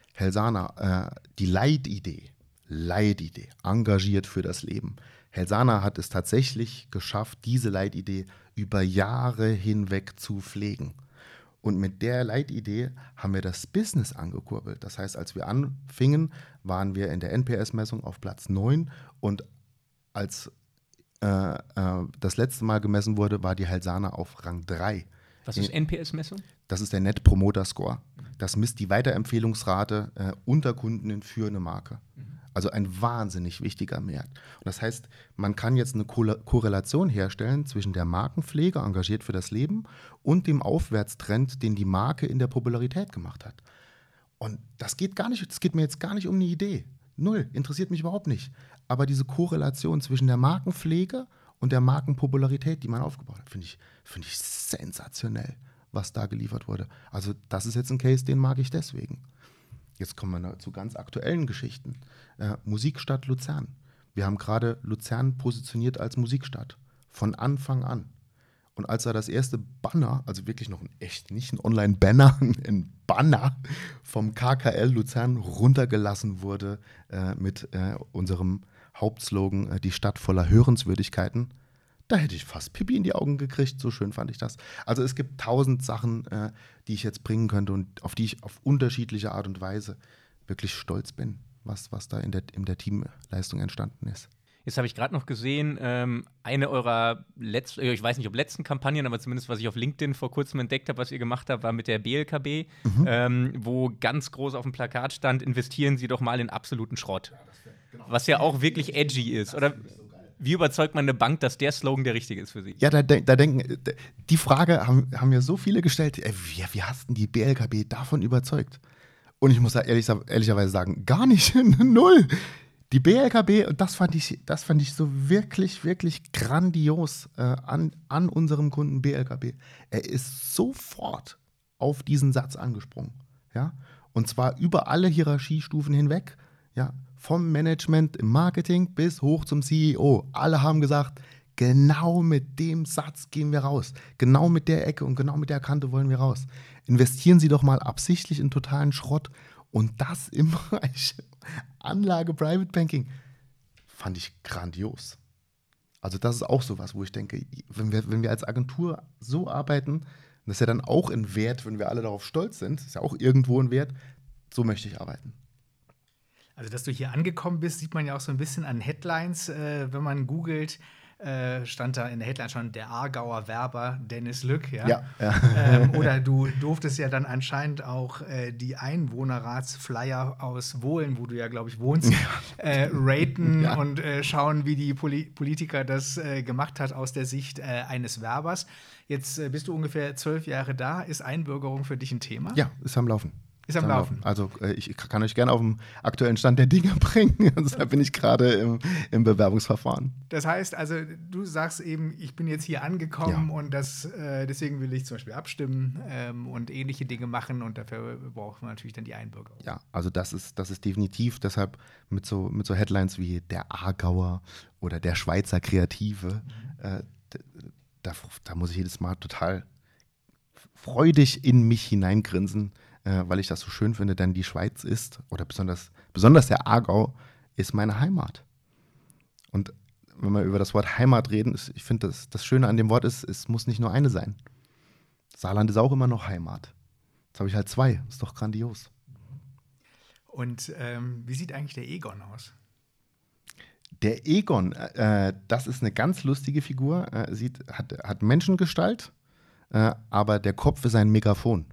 A: Helsana, äh, die Leitidee. Leitidee, engagiert für das Leben. Helsana hat es tatsächlich geschafft, diese Leitidee über Jahre hinweg zu pflegen. Und mit der Leitidee haben wir das Business angekurbelt. Das heißt, als wir anfingen, waren wir in der N P S-Messung auf Platz neun und als äh, äh, das letzte Mal gemessen wurde, war die Helsana auf Rang drei.
D: Was ist N P S-Messung?
A: Das ist der Net Promoter Score. Das misst die Weiterempfehlungsrate äh, unter Kunden für eine Marke. Also ein wahnsinnig wichtiger Wert. Und das heißt, man kann jetzt eine Ko- Korrelation herstellen zwischen der Markenpflege, engagiert für das Leben, und dem Aufwärtstrend, den die Marke in der Popularität gemacht hat. Und das geht gar nicht, das geht mir jetzt gar nicht um eine Idee. Null, interessiert mich überhaupt nicht. Aber diese Korrelation zwischen der Markenpflege und der Markenpopularität, die man aufgebaut hat, finde ich, finde ich sensationell, was da geliefert wurde. Also das ist jetzt ein Case, den mag ich deswegen. Jetzt kommen wir zu ganz aktuellen Geschichten. Äh, Musikstadt Luzern. Wir haben gerade Luzern positioniert als Musikstadt. Von Anfang an. Und als da das erste Banner, also wirklich noch ein echt, nicht ein Online-Banner, ein Banner vom K K L Luzern runtergelassen wurde äh, mit äh, unserem Hauptslogan, äh, die Stadt voller Hörenswürdigkeiten, da hätte ich fast Pipi in die Augen gekriegt, so schön fand ich das. Also es gibt tausend Sachen, äh, die ich jetzt bringen könnte und auf die ich auf unterschiedliche Art und Weise wirklich stolz bin, was, was da in der, in der Teamleistung entstanden ist.
D: Jetzt habe ich gerade noch gesehen, ähm, eine eurer letzten, ich weiß nicht, ob letzten Kampagnen, aber zumindest, was ich auf LinkedIn vor kurzem entdeckt habe, was ihr gemacht habt, war mit der B L K B, mhm. ähm, wo ganz groß auf dem Plakat stand, investieren Sie doch mal in absoluten Schrott. Ja, das wär, genau. Was ja auch wirklich edgy ist, oder? Wie überzeugt man eine Bank, dass der Slogan der richtige ist für sie?
A: Ja, da, da denken, die Frage haben, haben mir so viele gestellt, ey, wie, wie hast denn die B L K B davon überzeugt? Und ich muss ehrlich, ehrlicherweise sagen, gar nicht, null. Die B L K B, und das fand ich, das fand ich so wirklich, wirklich grandios äh, an, an unserem Kunden B L K B. Er ist sofort auf diesen Satz angesprungen. Ja? Und zwar über alle Hierarchiestufen hinweg, ja, vom Management im Marketing bis hoch zum C E O. Alle haben gesagt, genau mit dem Satz gehen wir raus. Genau mit der Ecke und genau mit der Kante wollen wir raus. Investieren Sie doch mal absichtlich in totalen Schrott und das im Bereich Anlage, Private Banking. Fand ich grandios. Also das ist auch sowas, wo ich denke, wenn wir, wenn wir als Agentur so arbeiten, das ist ja dann auch ein Wert, wenn wir alle darauf stolz sind, ist ja auch irgendwo ein Wert, so möchte ich arbeiten.
B: Also, dass du hier angekommen bist, sieht man ja auch so ein bisschen an Headlines. Äh, wenn man googelt, äh, stand da in der Headline schon der Aargauer Werber Dennis Lück. Ja?
A: Ja, ja.
B: Ähm, oder du durftest ja dann anscheinend auch äh, die Einwohnerratsflyer aus Wohlen, wo du ja, glaube ich, wohnst, äh, raten
A: Ja.
B: und äh, schauen, wie die Poli- Politiker das äh, gemacht hat aus der Sicht äh, eines Werbers. Jetzt äh, bist du ungefähr zwölf Jahre da. Ist Einbürgerung für dich ein Thema?
A: Ja, ist am Laufen.
B: Ist am Laufen.
A: Also äh, ich kann euch gerne auf den aktuellen Stand der Dinge bringen. Also, da bin ich gerade im, im Bewerbungsverfahren.
B: Das heißt also, du sagst eben, ich bin jetzt hier angekommen
A: Ja.
B: und das, äh, deswegen will ich zum Beispiel abstimmen ähm, und ähnliche Dinge machen und dafür braucht man natürlich dann die Einbürgerung.
A: Ja, also das ist, das ist definitiv deshalb mit so, mit so Headlines wie der Aargauer oder der Schweizer Kreative, mhm. äh, da, da muss ich jedes Mal total freudig in mich hineingrinsen, äh, weil ich das so schön finde, denn die Schweiz ist, oder besonders, besonders der Aargau, ist meine Heimat. Und wenn wir über das Wort Heimat reden, ist, ich finde, das, das Schöne an dem Wort ist, es muss nicht nur eine sein. Saarland ist auch immer noch Heimat. Jetzt habe ich halt zwei, ist doch grandios.
B: Und ähm, wie sieht eigentlich der Egon aus?
A: Der Egon, äh, das ist eine ganz lustige Figur, äh, sieht, hat, hat Menschengestalt, äh, aber der Kopf ist ein Megafon.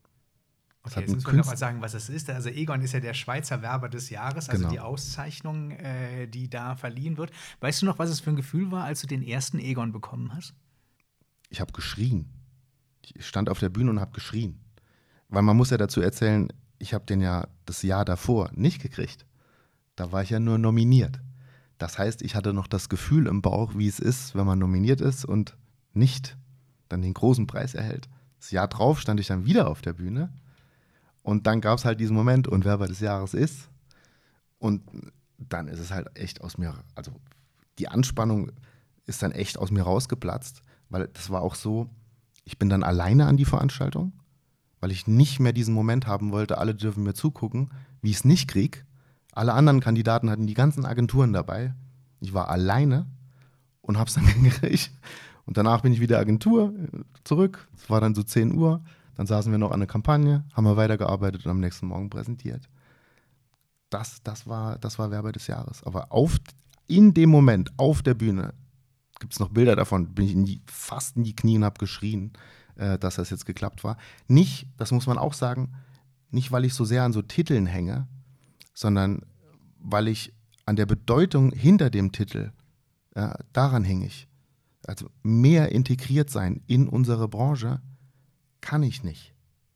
A: Das
B: Okay, jetzt müssen wir noch mal sagen, was es ist. Also Egon ist ja der Schweizer Werber des Jahres, also
A: Genau.
B: die Auszeichnung, äh, die da verliehen wird. Weißt du noch, was es für ein Gefühl war, als du den ersten Egon bekommen hast?
A: Ich habe geschrien. Ich stand auf der Bühne und habe geschrien. Weil man muss ja dazu erzählen, ich habe den ja das Jahr davor nicht gekriegt. Da war ich ja nur nominiert. Das heißt, ich hatte noch das Gefühl im Bauch, wie es ist, wenn man nominiert ist und nicht dann den großen Preis erhält. Das Jahr drauf stand ich dann wieder auf der Bühne. Und dann gab es halt diesen Moment, und Werber des Jahres ist. Und dann ist es halt echt aus mir, also die Anspannung ist dann echt aus mir rausgeplatzt, weil das war auch so, ich bin dann alleine an die Veranstaltung, weil ich nicht mehr diesen Moment haben wollte, alle dürfen mir zugucken, wie ich es nicht kriege. Alle anderen Kandidaten hatten die ganzen Agenturen dabei. Ich war alleine und hab's dann gekriegt. Und danach bin ich wieder Agentur zurück. Es war dann so zehn Uhr. Dann saßen wir noch an der Kampagne, haben wir weitergearbeitet und am nächsten Morgen präsentiert. Das, das, war, das war Werber des Jahres. Aber auf, in dem Moment, auf der Bühne, gibt es noch Bilder davon, bin ich in die, fast in die Knie und habe geschrien, äh, dass das jetzt geklappt war. Nicht, das muss man auch sagen, nicht, weil ich so sehr an so Titeln hänge, sondern weil ich an der Bedeutung hinter dem Titel, äh, daran hänge ich. Also mehr integriert sein in unsere Branche, kann ich nicht.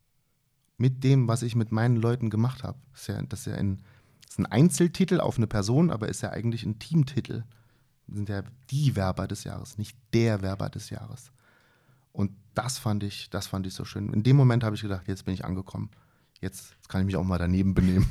A: Mit dem, was ich mit meinen Leuten gemacht habe. Das ist ja, das ist ja ein, das ist ein Einzeltitel auf eine Person, aber ist ja eigentlich ein Teamtitel. Wir sind ja die Werber des Jahres, nicht der Werber des Jahres. Und das fand ich, das fand ich so schön. In dem Moment habe ich gedacht, jetzt bin ich angekommen. Jetzt, jetzt kann ich mich auch mal daneben benehmen.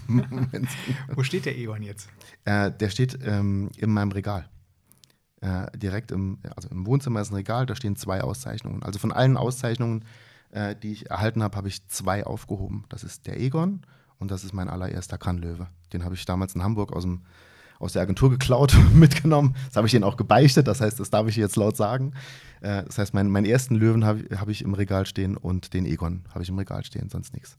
B: Wo steht der Egon jetzt?
A: Äh, der steht ähm, in meinem Regal. Äh, direkt im, also im Wohnzimmer ist ein Regal, da stehen zwei Auszeichnungen. Also von allen Auszeichnungen, äh, die ich erhalten habe, habe ich zwei aufgehoben. Das ist der Egon und das ist mein allererster Kannlöwe. Den habe ich damals in Hamburg aus, dem, aus der Agentur geklaut und mitgenommen. Das habe ich denen auch gebeichtet, das heißt, das darf ich jetzt laut sagen. Äh, das heißt, mein, meinen ersten Löwen habe hab ich im Regal stehen und den Egon habe ich im Regal stehen, sonst nichts.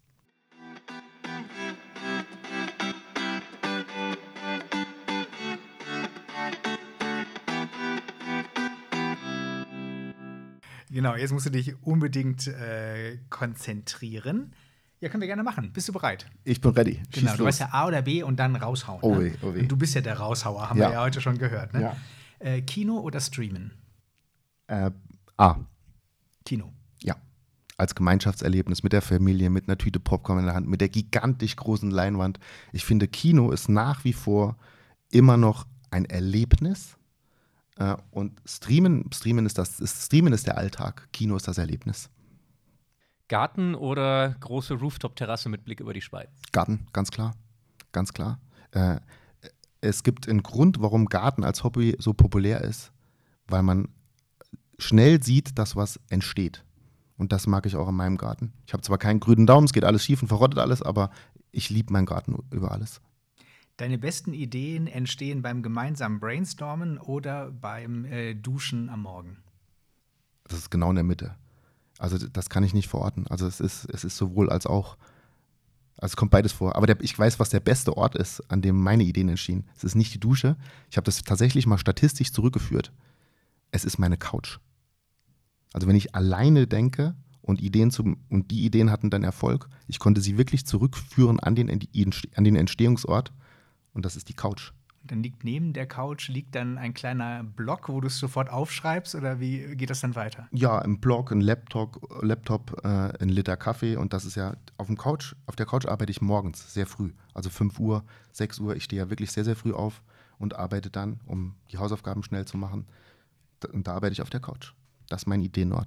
B: Genau, jetzt musst du dich unbedingt äh, konzentrieren. Ja, können wir gerne machen. Bist du bereit?
A: Ich bin ready. Schieß
B: Genau, du
A: los.
B: weißt ja A oder B und dann raushauen.
A: Oh
B: ne?
A: weh, oh weh.
B: Und du bist ja der Raushauer, haben
A: Ja.
B: wir ja heute schon gehört. Ne?
A: Ja.
B: Äh, Kino oder Streamen?
A: Äh, A.
B: Kino.
A: Ja. Als Gemeinschaftserlebnis mit der Familie, mit einer Tüte Popcorn in der Hand, mit der gigantisch großen Leinwand. Ich finde, Kino ist nach wie vor immer noch ein Erlebnis. Äh, und Streamen, Streamen ist das, ist, Streamen ist der Alltag. Kino ist das Erlebnis.
D: Garten oder große Rooftop-Terrasse mit Blick über die Schweiz?
A: Garten, ganz klar. Ganz klar. Äh, es gibt einen Grund, warum Garten als Hobby so populär ist, weil man schnell sieht, dass was entsteht. Und das mag ich auch in meinem Garten. Ich habe zwar keinen grünen Daumen, es geht alles schief und verrottet alles, aber ich liebe meinen Garten über alles.
B: Deine besten Ideen entstehen beim gemeinsamen Brainstormen oder beim äh, Duschen am Morgen?
A: Das ist genau in der Mitte. Also das kann ich nicht verorten. Also es ist, es ist sowohl als auch. Also es kommt beides vor. Aber der, ich weiß, was der beste Ort ist, an dem meine Ideen entstehen. Es ist nicht die Dusche. Ich habe das tatsächlich mal statistisch zurückgeführt. Es ist meine Couch. Also wenn ich alleine denke und Ideen zum, und die Ideen hatten dann Erfolg, ich konnte sie wirklich zurückführen an den, an den Entstehungsort und das ist die Couch.
B: Dann liegt neben der Couch liegt dann ein kleiner Block, wo du es sofort aufschreibst oder wie geht das dann weiter?
A: Ja, im Blog, ein Laptop, Laptop äh, ein Liter Kaffee und das ist ja auf dem Couch, auf der Couch arbeite ich morgens sehr früh, also fünf Uhr, sechs Uhr, ich stehe ja wirklich sehr, sehr früh auf und arbeite dann, um die Hausaufgaben schnell zu machen und da arbeite ich auf der Couch. Das ist mein Ideenort.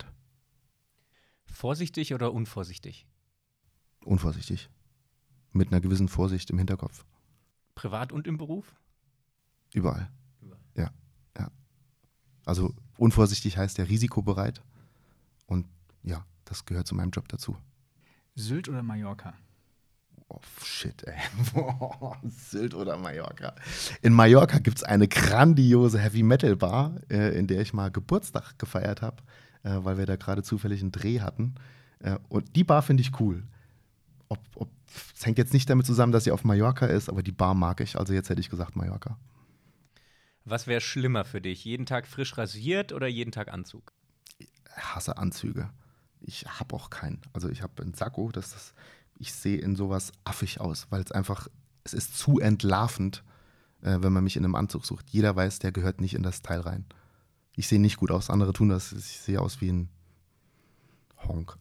D: Vorsichtig oder unvorsichtig?
A: Unvorsichtig. Mit einer gewissen Vorsicht im Hinterkopf.
D: Privat und im Beruf?
A: Überall. Überall. Ja, ja. Also unvorsichtig heißt ja risikobereit. Und ja, das gehört zu meinem Job dazu.
B: Sylt oder Mallorca?
A: Oh, shit, ey. Sylt oder Mallorca. In Mallorca gibt es eine grandiose Heavy-Metal-Bar, äh, in der ich mal Geburtstag gefeiert habe, äh, weil wir da gerade zufällig einen Dreh hatten. Äh, und die Bar finde ich cool. Ob, ob, es hängt jetzt nicht damit zusammen, dass sie auf Mallorca ist, aber die Bar mag ich. Also jetzt hätte ich gesagt Mallorca.
D: Was wäre schlimmer für dich? Jeden Tag frisch rasiert oder jeden Tag Anzug?
A: Ich hasse Anzüge. Ich habe auch keinen. Also ich habe einen Sakko, das ist ich sehe in sowas affig aus, weil es einfach, es ist zu entlarvend, äh, wenn man mich in einem Anzug sucht. Jeder weiß, der gehört nicht in das Teil rein. Ich sehe nicht gut aus, andere tun das. Ich sehe aus wie ein Honk.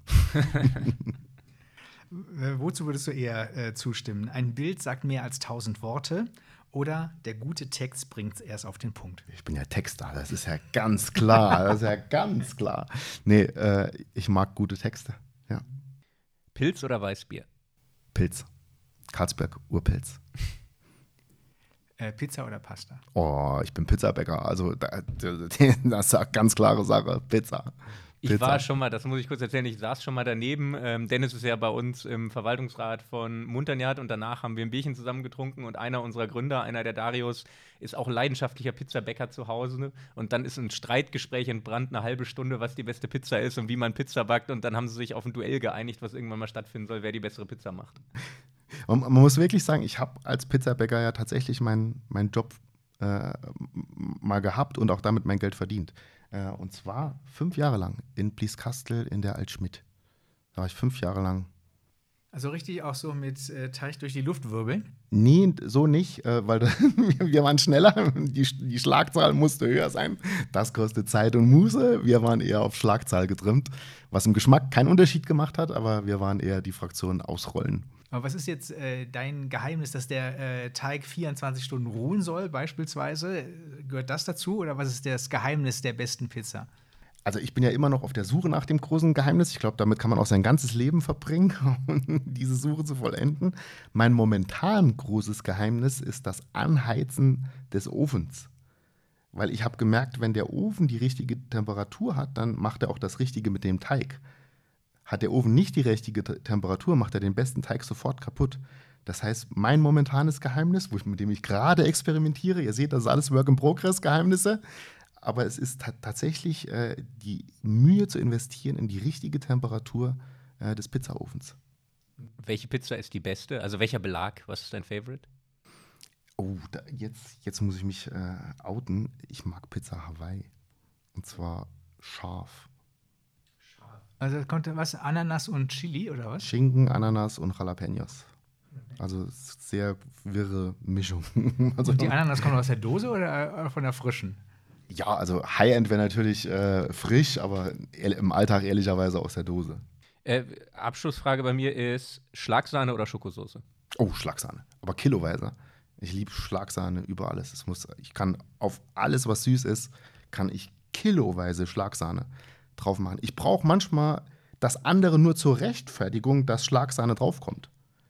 B: Wozu würdest du eher äh, zustimmen? Ein Bild sagt mehr als tausend Worte oder der gute Text bringt es erst auf den Punkt?
A: Ich bin ja Texter, das ist ja ganz klar. Das ist ja ganz klar. Nee, äh, ich mag gute Texte, ja.
D: Pilz oder Weißbier?
A: Pilz. Karlsberg, Urpilz.
B: Äh, Pizza oder Pasta?
A: Oh, ich bin Pizzabäcker. Also, da, das ist eine ganz klare Sache. Pizza.
D: Ich
A: Pizza.
D: war schon mal, das muss ich kurz erzählen, ich saß schon mal daneben. Ähm, Dennis ist ja bei uns im Verwaltungsrat von Munterniat und danach haben wir ein Bierchen zusammen getrunken und einer unserer Gründer, einer der Darius, ist auch leidenschaftlicher Pizzabäcker zu Hause und dann ist ein Streitgespräch entbrannt, eine halbe Stunde, was die beste Pizza ist und wie man Pizza backt und dann haben sie sich auf ein Duell geeinigt, was irgendwann mal stattfinden soll, wer die bessere Pizza macht.
A: Man, man muss wirklich sagen, ich habe als Pizzabäcker ja tatsächlich meinen mein Job äh, mal gehabt und auch damit mein Geld verdient. Äh, und zwar fünf Jahre lang in Blieskastel in der Altschmidt. Da war ich fünf Jahre lang.
B: Also richtig auch so mit äh, Teig durch die Luft wirbeln?
A: Nee, so nicht, äh, weil da, wir waren schneller, die, die Schlagzahl musste höher sein. Das kostet Zeit und Muße. Wir waren eher auf Schlagzahl getrimmt, was im Geschmack keinen Unterschied gemacht hat, aber wir waren eher die Fraktion ausrollen.
B: Aber was ist jetzt äh, dein Geheimnis, dass der äh, Teig vierundzwanzig Stunden ruhen soll, beispielsweise? Gehört das dazu oder was ist das Geheimnis der besten Pizza?
A: Also ich bin ja immer noch auf der Suche nach dem großen Geheimnis. Ich glaube, damit kann man auch sein ganzes Leben verbringen, um diese Suche zu vollenden. Mein momentan großes Geheimnis ist das Anheizen des Ofens. Weil ich habe gemerkt, wenn der Ofen die richtige Temperatur hat, dann macht er auch das Richtige mit dem Teig. Hat der Ofen nicht die richtige T- Temperatur, macht er den besten Teig sofort kaputt. Das heißt, mein momentanes Geheimnis, wo ich, mit dem ich gerade experimentiere, ihr seht, das ist alles Work-in-Progress-Geheimnisse, aber es ist ta- tatsächlich äh, die Mühe zu investieren in die richtige Temperatur äh, des Pizzaofens.
D: Welche Pizza ist die beste? Also welcher Belag? Was ist dein Favorite?
A: Oh, da, jetzt, jetzt muss ich mich äh, outen. Ich mag Pizza Hawaii. Und zwar scharf.
B: Also kommt da was? Ananas und Chili oder was?
A: Schinken, Ananas und Jalapenos. Also sehr wirre Mischung. Also,
B: Und die Ananas kommt aus der Dose oder von der frischen?
A: ja, also High-End wäre natürlich äh, frisch, aber ehr- im Alltag ehrlicherweise aus der Dose.
D: Äh, Abschlussfrage bei mir ist Schlagsahne oder Schokosoße?
A: Oh, Schlagsahne. Aber kiloweise. Ich liebe Schlagsahne über alles. Es muss, ich kann auf alles, was süß ist, kann ich kiloweise Schlagsahne drauf machen. Ich brauche manchmal das andere nur zur Rechtfertigung, dass Schlagsahne draufkommt.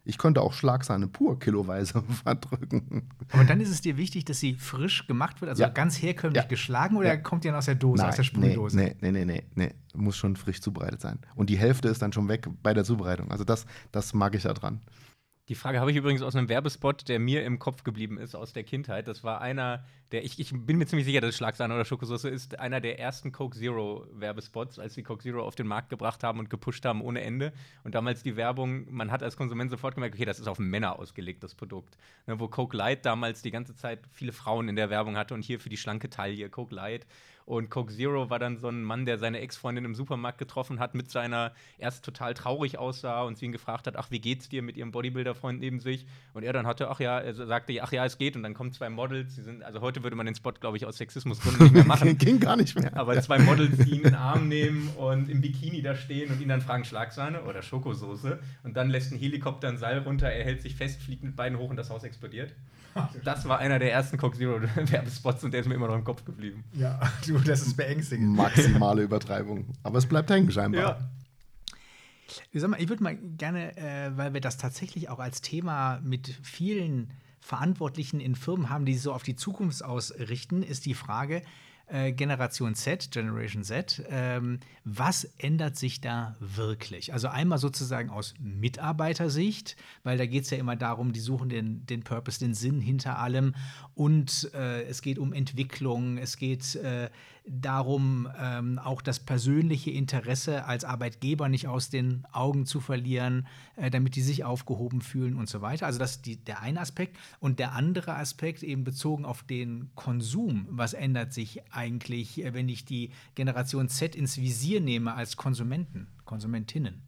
A: Ich konnte auch Schlagsahne pur kiloweise verdrücken.
B: Aber dann ist es dir wichtig, dass sie frisch gemacht wird, also
A: Ja.
B: ganz herkömmlich
A: Ja.
B: geschlagen, oder
A: Ja.
B: kommt die dann aus der Dose, aus der Sprühdose?
A: Nee, nee, nee, nee, nee. Muss schon frisch zubereitet sein. Und die Hälfte ist dann schon weg bei der Zubereitung. Also das, das mag ich da dran.
D: Die Frage habe ich übrigens aus einem Werbespot, der mir im Kopf geblieben ist aus der Kindheit. Das war einer, der, ich, ich bin mir ziemlich sicher, dass es Schlagsahne oder Schokosauce ist, einer der ersten Coke Zero Werbespots, als sie Coke Zero auf den Markt gebracht haben und gepusht haben ohne Ende. Und damals die Werbung, man hat als Konsument sofort gemerkt, okay, das ist auf Männer ausgelegt, das Produkt. Ne, wo Coke Light damals die ganze Zeit viele Frauen in der Werbung hatte und hier für die schlanke Taille Coke Light. Und Coke Zero war dann so ein Mann, der seine Ex-Freundin im Supermarkt getroffen hat, mit seiner erst total traurig aussah und sie ihn gefragt hat, ach, wie geht's dir mit ihrem Bodybuilder-Freund neben sich? Und er dann hatte, ach ja, er sagte, ach ja, es geht. Und dann kommen zwei Models, die sind, also heute würde man den Spot, glaube ich, aus Sexismusgründen nicht mehr machen.
A: Ging gar nicht mehr.
D: Aber zwei Models, die ihn in den Arm nehmen und im Bikini da stehen und ihn dann fragen, Schlagsahne oder Schokosoße. Und dann lässt ein Helikopter ein Seil runter, er hält sich fest, fliegt mit beiden hoch und das Haus explodiert. Das war einer der ersten Coke Zero Werbespots und der ist mir immer noch im Kopf geblieben.
B: Ja, du, das ist beängstigend.
A: Maximale Übertreibung. Aber es bleibt hängen scheinbar.
D: Ja.
B: Ich sag mal, ich würde mal gerne, äh, weil wir das tatsächlich auch als Thema mit vielen Verantwortlichen in Firmen haben, die sich so auf die Zukunft ausrichten, ist die Frage, äh, Generation Z, Generation Z, ähm, was ändert sich da wirklich? Also einmal sozusagen aus Mitarbeitersicht, weil da geht es ja immer darum, die suchen den, den Purpose, den Sinn hinter allem, und äh, es geht um Entwicklung, es geht äh, darum, ähm, auch das persönliche Interesse als Arbeitgeber nicht aus den Augen zu verlieren, äh, damit die sich aufgehoben fühlen und so weiter. Also das ist die, der eine Aspekt. Und der andere Aspekt eben bezogen auf den Konsum. Was ändert sich eigentlich, äh, wenn ich die Generation Z ins Visier nehme als Konsumenten, Konsumentinnen?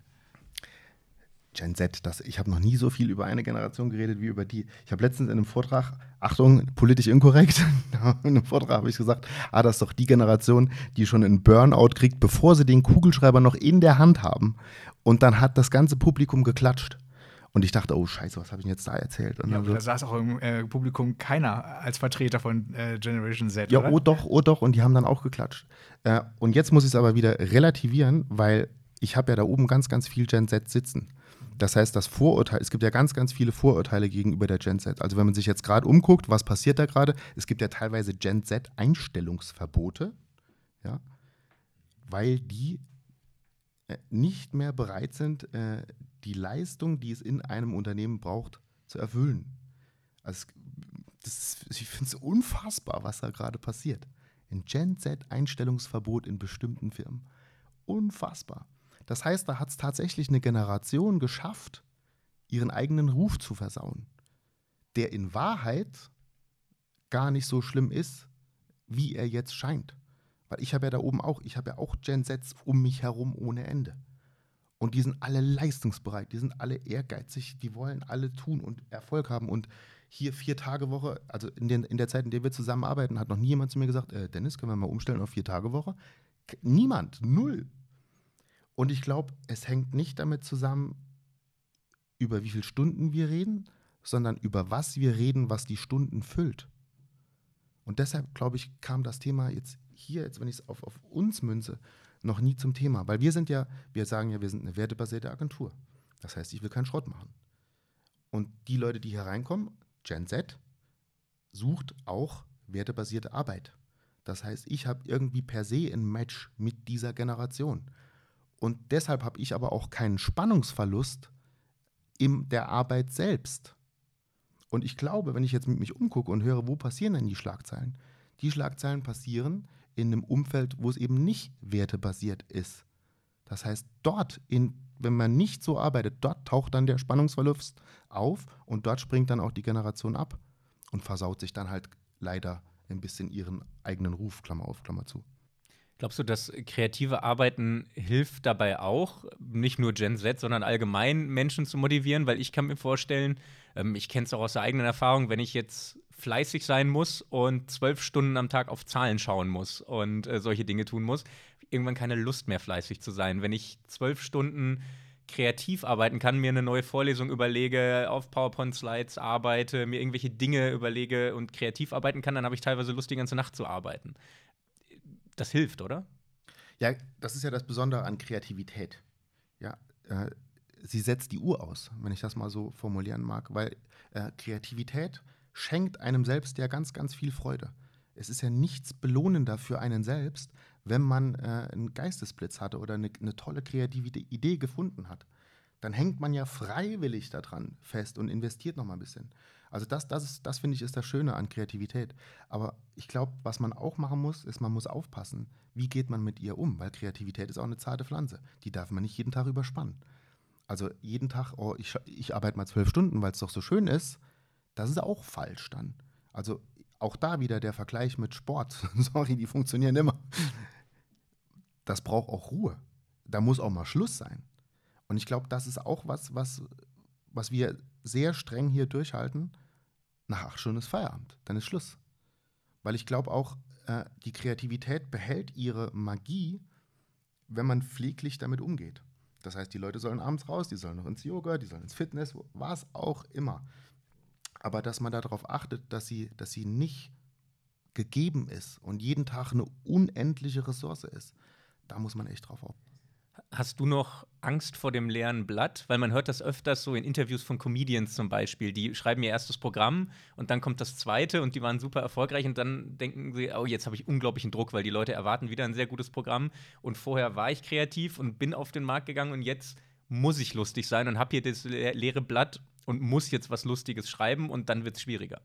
A: Gen Z, das, ich habe noch nie so viel über eine Generation geredet wie über die. Ich habe letztens in einem Vortrag, Achtung, politisch inkorrekt, in einem Vortrag habe ich gesagt, ah, das ist doch die Generation, die schon einen Burnout kriegt, bevor sie den Kugelschreiber noch in der Hand haben. Und dann hat das ganze Publikum geklatscht. Und ich dachte, oh Scheiße, was habe ich denn jetzt da erzählt? Und
B: Ja,
A: dann
B: aber
A: so,
B: da saß auch im äh, Publikum keiner als Vertreter von äh, Generation Z,
A: ja,
B: oder?
A: oh doch, oh doch. Und die haben dann auch geklatscht. Äh, und jetzt muss ich es aber wieder relativieren, weil ich habe ja da oben ganz, ganz viel Gen Z sitzen. Das heißt, das Vorurteil, es gibt ja ganz, ganz viele Vorurteile gegenüber der Gen Z. Also wenn man sich jetzt gerade umguckt, was passiert da gerade? Es gibt ja teilweise Gen Z-Einstellungsverbote, ja, weil die äh, nicht mehr bereit sind, äh, die Leistung, die es in einem Unternehmen braucht, zu erfüllen. Also das ist, ich finde es unfassbar, was da gerade passiert. Ein Gen Z-Einstellungsverbot in bestimmten Firmen. Unfassbar. Das heißt, da hat es tatsächlich eine Generation geschafft, ihren eigenen Ruf zu versauen, der in Wahrheit gar nicht so schlimm ist, wie er jetzt scheint. Weil ich habe ja da oben auch, ich habe ja auch Gen Zs um mich herum ohne Ende. Und die sind alle leistungsbereit, die sind alle ehrgeizig, die wollen alle tun und Erfolg haben. Und hier vier Tage Woche, also in, den, in der Zeit, in der wir zusammenarbeiten, hat noch nie jemand zu mir gesagt, äh, Dennis, können wir mal umstellen auf vier Tage Woche? K- Niemand, null. Und ich glaube, es hängt nicht damit zusammen, über wie viele Stunden wir reden, sondern über was wir reden, was die Stunden füllt. Und deshalb, glaube ich, kam das Thema jetzt hier, jetzt wenn ich es auf, auf uns münze, noch nie zum Thema. Weil wir sind ja, wir sagen ja, wir sind eine wertebasierte Agentur. Das heißt, ich will keinen Schrott machen. Und die Leute, die hier reinkommen, Gen Z, sucht auch wertebasierte Arbeit. Das heißt, ich habe irgendwie per se ein Match mit dieser Generation. Und deshalb habe ich aber auch keinen Spannungsverlust in der Arbeit selbst. Und ich glaube, wenn ich jetzt mit mich umgucke und höre, wo passieren denn die Schlagzeilen? Die Schlagzeilen passieren in einem Umfeld, wo es eben nicht wertebasiert ist. Das heißt, dort, in, wenn man nicht so arbeitet, dort taucht dann der Spannungsverlust auf und dort springt dann auch die Generation ab und versaut sich dann halt leider ein bisschen ihren eigenen Ruf, Klammer auf, Klammer zu.
D: Glaubst du, dass kreative Arbeiten hilft dabei auch, nicht nur Gen Z, sondern allgemein Menschen zu motivieren? Weil ich kann mir vorstellen, ähm, ich kenne es auch aus der eigenen Erfahrung, wenn ich jetzt fleißig sein muss und zwölf Stunden am Tag auf Zahlen schauen muss und äh, solche Dinge tun muss, irgendwann keine Lust mehr fleißig zu sein. Wenn ich zwölf Stunden kreativ arbeiten kann, mir eine neue Vorlesung überlege, auf PowerPoint-Slides arbeite, mir irgendwelche Dinge überlege und kreativ arbeiten kann, dann habe ich teilweise Lust, die ganze Nacht zu arbeiten. Das hilft, oder?
A: Ja, das ist ja das Besondere an Kreativität. Ja, äh, sie setzt die Uhr aus, wenn ich das mal so formulieren mag, weil äh, Kreativität schenkt einem selbst ja ganz, ganz viel Freude. Es ist ja nichts belohnender für einen selbst, wenn man äh, einen Geistesblitz hatte oder eine, eine tolle kreative Idee gefunden hat. Dann hängt man ja freiwillig daran fest und investiert noch mal ein bisschen. Also das, das, ist, das finde ich, ist das Schöne an Kreativität. Aber ich glaube, was man auch machen muss, ist, man muss aufpassen, wie geht man mit ihr um? Weil Kreativität ist auch eine zarte Pflanze. Die darf man nicht jeden Tag überspannen. Also jeden Tag, oh, ich, ich arbeite mal zwölf Stunden, weil es doch so schön ist, das ist auch falsch dann. Also auch da wieder der Vergleich mit Sport. Sorry, die funktionieren immer. Das braucht auch Ruhe. Da muss auch mal Schluss sein. Und ich glaube, das ist auch was, was, was wir sehr streng hier durchhalten. Nach acht Stunden ist Feierabend, dann ist Schluss. Weil ich glaube auch, äh, die Kreativität behält ihre Magie, wenn man pfleglich damit umgeht. Das heißt, die Leute sollen abends raus, die sollen noch ins Yoga, die sollen ins Fitness, was auch immer. Aber dass man darauf achtet, dass sie, dass sie nicht gegeben ist und jeden Tag eine unendliche Ressource ist, da muss man echt drauf aufpassen.
D: Hast du noch Angst vor dem leeren Blatt? Weil man hört das öfters so in Interviews von Comedians zum Beispiel. Die schreiben ihr erstes Programm und dann kommt das zweite und die waren super erfolgreich und dann denken sie, oh, jetzt habe ich unglaublichen Druck, weil die Leute erwarten wieder ein sehr gutes Programm und vorher war ich kreativ und bin auf den Markt gegangen und jetzt muss ich lustig sein und habe hier das le- leere Blatt und muss jetzt was Lustiges schreiben und dann wird es schwieriger.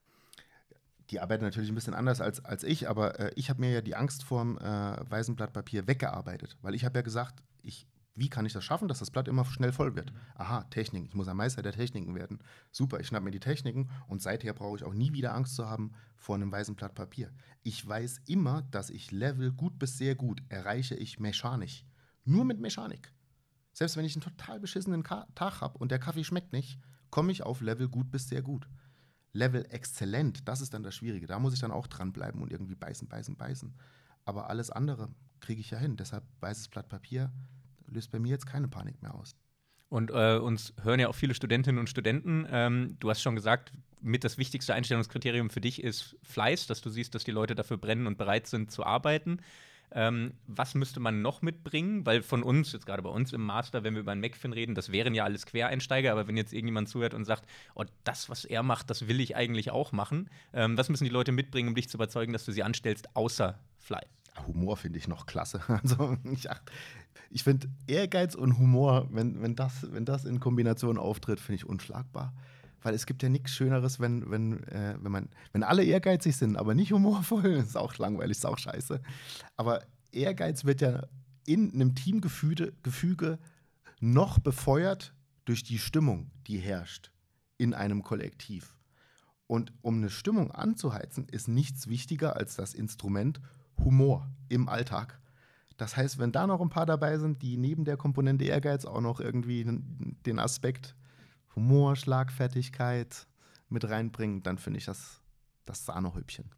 A: Die arbeiten natürlich ein bisschen anders als, als ich, aber äh, ich habe mir ja die Angst vorm äh, weißen Blatt Papier weggearbeitet. Weil ich habe ja gesagt, ich, wie kann ich das schaffen, dass das Blatt immer schnell voll wird? Aha, Technik, ich muss ein Meister der Techniken werden. Super, ich schnapp mir die Techniken und seither brauche ich auch nie wieder Angst zu haben vor einem weißen Blatt Papier. Ich weiß immer, dass ich Level gut bis sehr gut erreiche ich mechanisch. Nur mit Mechanik. Selbst wenn ich einen total beschissenen Ka- Tag habe und der Kaffee schmeckt nicht, komme ich auf Level gut bis sehr gut. Level exzellent, das ist dann das Schwierige. Da muss ich dann auch dranbleiben und irgendwie beißen, beißen, beißen. Aber alles andere kriege ich ja hin. Deshalb weißes Blatt Papier löst bei mir jetzt keine Panik mehr aus.
D: Und äh, uns hören ja auch viele Studentinnen und Studenten. Ähm, du hast schon gesagt, mit das wichtigste Einstellungskriterium für dich ist Fleiß, dass du siehst, dass die Leute dafür brennen und bereit sind zu arbeiten. Ähm, was müsste man noch mitbringen? Weil von uns, jetzt gerade bei uns im Master, wenn wir über einen McFin reden, das wären ja alles Quereinsteiger, aber wenn jetzt irgendjemand zuhört und sagt, oh, das, was er macht, das will ich eigentlich auch machen, ähm, was müssen die Leute mitbringen, um dich zu überzeugen, dass du sie anstellst, außer Fleiß?
A: Humor finde ich noch klasse. Also ich, ich finde Ehrgeiz und Humor, wenn, wenn, das, wenn das in Kombination auftritt, finde ich unschlagbar. Weil es gibt ja nichts Schöneres, wenn, wenn, äh, wenn, man, wenn alle ehrgeizig sind, aber nicht humorvoll. Ist auch langweilig, ist auch scheiße. Aber Ehrgeiz wird ja in einem Teamgefüge Gefüge noch befeuert durch die Stimmung, die herrscht in einem Kollektiv. Und um eine Stimmung anzuheizen, ist nichts wichtiger als das Instrument Humor im Alltag. Das heißt, wenn da noch ein paar dabei sind, die neben der Komponente Ehrgeiz auch noch irgendwie den Aspekt Humor, Schlagfertigkeit mit reinbringen, dann finde ich das das Sahnehäubchen.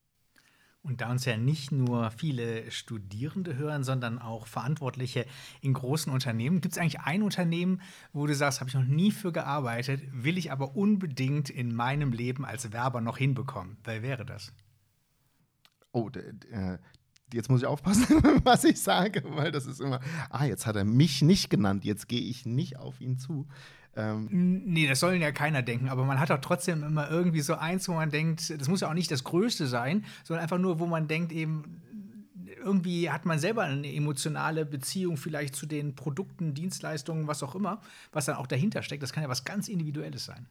B: Und da uns ja nicht nur viele Studierende hören, sondern auch Verantwortliche in großen Unternehmen, gibt es eigentlich ein Unternehmen, wo du sagst, habe ich noch nie für gearbeitet, will ich aber unbedingt in meinem Leben als Werber noch hinbekommen? Wer wäre das?
A: Oh, d- d- äh, jetzt muss ich aufpassen, was ich sage, weil das ist immer, ah, jetzt hat er mich nicht genannt, jetzt gehe ich nicht auf ihn zu. Ähm,
B: Nee, das soll ja keiner denken, aber man hat doch trotzdem immer irgendwie so eins, wo man denkt, das muss ja auch nicht das Größte sein, sondern einfach nur, wo man denkt eben, irgendwie hat man selber eine emotionale Beziehung vielleicht zu den Produkten, Dienstleistungen, was auch immer, was dann auch dahinter steckt. Das kann ja was ganz Individuelles sein.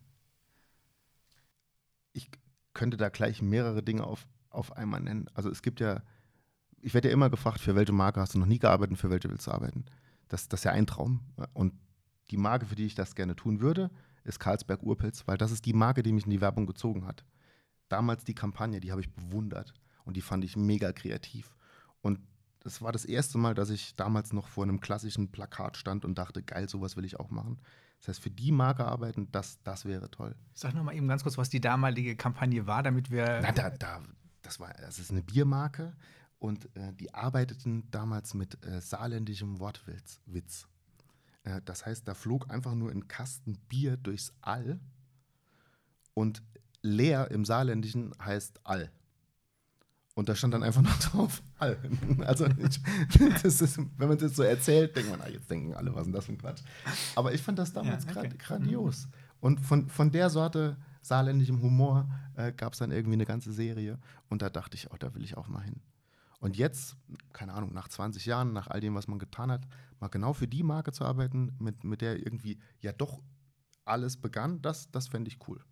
A: ich könnte da gleich mehrere Dinge auf, auf einmal nennen. Also es gibt ja, ich werde ja immer gefragt, für welche Marke hast du noch nie gearbeitet und für welche willst du arbeiten? Das, das ist ja ein Traum. Und die Marke, für die ich das gerne tun würde, ist Carlsberg Urpilz, weil das ist die Marke, die mich in die Werbung gezogen hat. Damals die Kampagne, die habe ich bewundert und die fand ich mega kreativ. Und das war das erste Mal, dass ich damals noch vor einem klassischen Plakat stand und dachte, geil, sowas will ich auch machen. Das heißt, für die Marke arbeiten, das, das wäre toll.
B: Sag noch mal eben ganz kurz, was die damalige Kampagne war, damit wir.
A: Na, da, da, das, war, das ist eine Biermarke und äh, die arbeiteten damals mit äh, saarländischem Wortwitz. Witz. Äh, das heißt, da flog einfach nur ein Kasten Bier durchs All und leer im Saarländischen heißt All. Und da stand dann einfach noch drauf, Hall. Also, ich, das ist, wenn man das so erzählt, denkt man, ah, jetzt denken alle, was ist denn das für ein Quatsch. Aber ich fand das damals ja, okay. gra- grandios. Und von, von der Sorte saarländischem Humor äh, gab es dann irgendwie eine ganze Serie. Und da dachte ich, oh, da will ich auch mal hin. Und jetzt, keine Ahnung, nach zwanzig Jahren, nach all dem, was man getan hat, mal genau für die Marke zu arbeiten, mit, mit der irgendwie ja doch alles begann, das, das fände ich cool.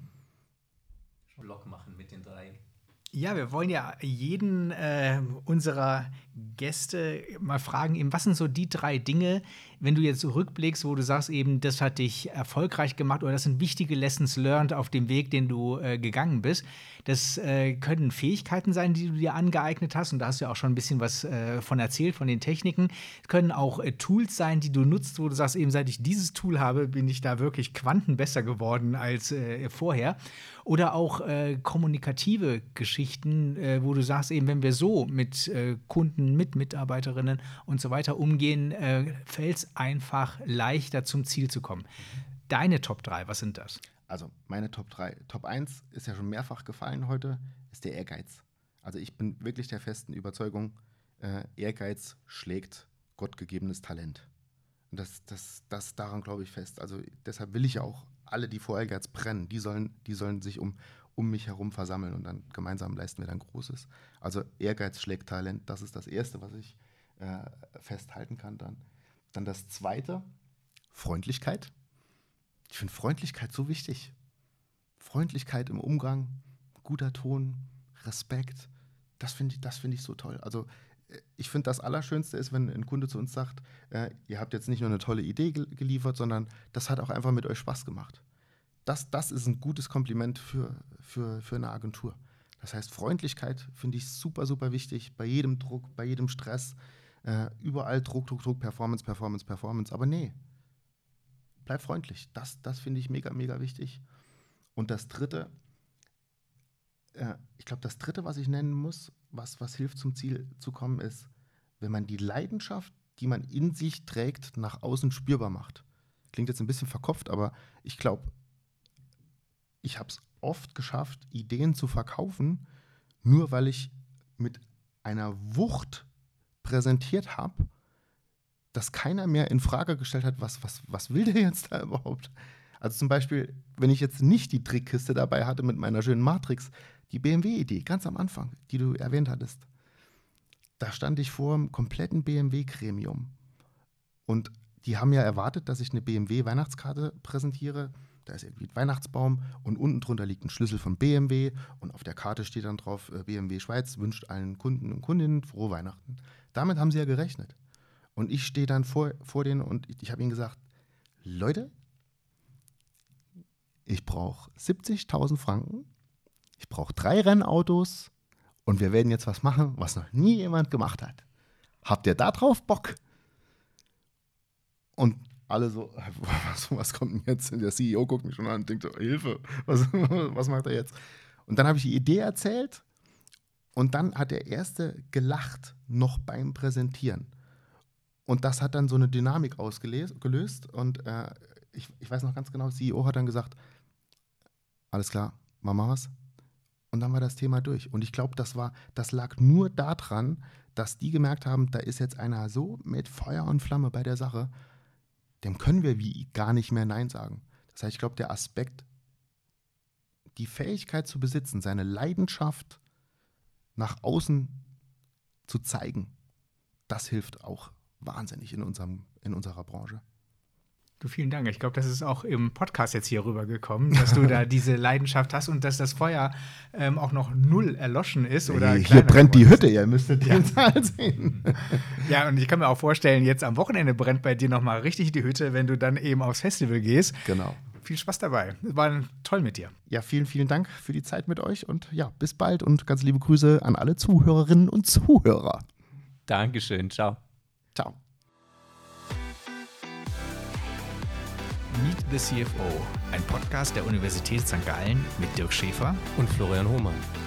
D: Blog machen mit den drei.
B: Ja, wir wollen ja jeden äh, unserer Gäste mal fragen, eben, was sind so die drei Dinge, wenn du jetzt zurückblickst, wo du sagst, eben, das hat dich erfolgreich gemacht oder das sind wichtige Lessons learned auf dem Weg, den du äh, gegangen bist. Das äh, können Fähigkeiten sein, die du dir angeeignet hast und da hast du ja auch schon ein bisschen was äh, von erzählt, von den Techniken. Es können auch äh, Tools sein, die du nutzt, wo du sagst, eben seit ich dieses Tool habe, bin ich da wirklich quantenbesser geworden als äh, vorher. Oder auch äh, kommunikative Geschichten, äh, wo du sagst, eben, wenn wir so mit äh, Kunden, mit Mitarbeiterinnen und so weiter umgehen, äh, fällt es einfach leichter zum Ziel zu kommen. Deine Top drei, was sind das?
A: Also meine Top drei. Top eins ist ja schon mehrfach gefallen heute, ist der Ehrgeiz. Also ich bin wirklich der festen Überzeugung, äh, Ehrgeiz schlägt gottgegebenes Talent. Und das, das, das daran glaube ich fest. Also deshalb will ich ja auch alle, die vor Ehrgeiz brennen, die sollen, die sollen sich um, um mich herum versammeln und dann gemeinsam leisten wir dann Großes. Also Ehrgeiz schlägt Talent, das ist das Erste, was ich äh, festhalten kann dann. Dann das Zweite, Freundlichkeit. Ich finde Freundlichkeit so wichtig. Freundlichkeit im Umgang, guter Ton, Respekt, das finde ich, das finde ich so toll. Also ich finde, das Allerschönste ist, wenn ein Kunde zu uns sagt, äh, ihr habt jetzt nicht nur eine tolle Idee gel- geliefert, sondern das hat auch einfach mit euch Spaß gemacht. Das, das ist ein gutes Kompliment für, für, für eine Agentur. Das heißt, Freundlichkeit finde ich super, super wichtig, bei jedem Druck, bei jedem Stress, äh, überall Druck, Druck, Druck, Performance, Performance, Performance. Aber nee, bleib freundlich. Das, das finde ich mega, mega wichtig. Und das Dritte, äh, ich glaube, das Dritte, was ich nennen muss, was, was hilft, zum Ziel zu kommen, ist, wenn man die Leidenschaft, die man in sich trägt, nach außen spürbar macht. Klingt jetzt ein bisschen verkopft, aber ich glaube, ich habe es oft geschafft, Ideen zu verkaufen, nur weil ich mit einer Wucht präsentiert habe, dass keiner mehr in Frage gestellt hat, was, was, was will der jetzt da überhaupt? Also zum Beispiel, wenn ich jetzt nicht die Trickkiste dabei hatte mit meiner schönen Matrix, die B M W-Idee, ganz am Anfang, die du erwähnt hattest, da stand ich vor einem kompletten B M W-Gremium. Und die haben ja erwartet, dass ich eine B M W-Weihnachtskarte präsentiere. Da ist irgendwie ein Weihnachtsbaum und unten drunter liegt ein Schlüssel von B M W und auf der Karte steht dann drauf, B M W Schweiz wünscht allen Kunden und Kundinnen frohe Weihnachten. Damit haben sie ja gerechnet. Und ich stehe dann vor, vor denen und ich, ich habe ihnen gesagt, Leute, ich brauche siebzigtausend Franken, ich brauche drei Rennautos und wir werden jetzt was machen, was noch nie jemand gemacht hat. Habt ihr da drauf Bock? Und alle so, was, was kommt denn jetzt? Der C E O guckt mich schon an und denkt so, Hilfe, was, was macht er jetzt? Und dann habe ich die Idee erzählt und dann hat der Erste gelacht, noch beim Präsentieren. Und das hat dann so eine Dynamik ausgelöst und äh, ich, ich weiß noch ganz genau, der C E O hat dann gesagt, alles klar, machen wir was. Und dann war das Thema durch. Und ich glaube, das war, das lag nur daran, dass die gemerkt haben, da ist jetzt einer so mit Feuer und Flamme bei der Sache, dem können wir wie gar nicht mehr Nein sagen. Das heißt, ich glaube, der Aspekt, die Fähigkeit zu besitzen, seine Leidenschaft nach außen zu zeigen, das hilft auch wahnsinnig in, unserem, in unserer Branche.
B: Du, vielen Dank. Ich glaube, das ist auch im Podcast jetzt hier rübergekommen, dass du da diese Leidenschaft hast und dass das Feuer ähm, auch noch null erloschen ist. Oder
A: hier brennt die Hütte, ihr müsstet den
B: ja.
A: Saal sehen.
B: Ja, und ich kann mir auch vorstellen, jetzt am Wochenende brennt bei dir nochmal richtig die Hütte, wenn du dann eben aufs Festival gehst.
A: Genau.
B: Viel Spaß dabei. War toll mit dir.
A: Ja, vielen, vielen Dank für die Zeit mit euch und ja, bis bald und ganz liebe Grüße an alle Zuhörerinnen und Zuhörer.
D: Dankeschön, ciao.
A: Ciao.
B: Meet the C F O, ein Podcast der Universität Sankt Gallen mit Dirk Schäfer
D: und Florian Hohmann.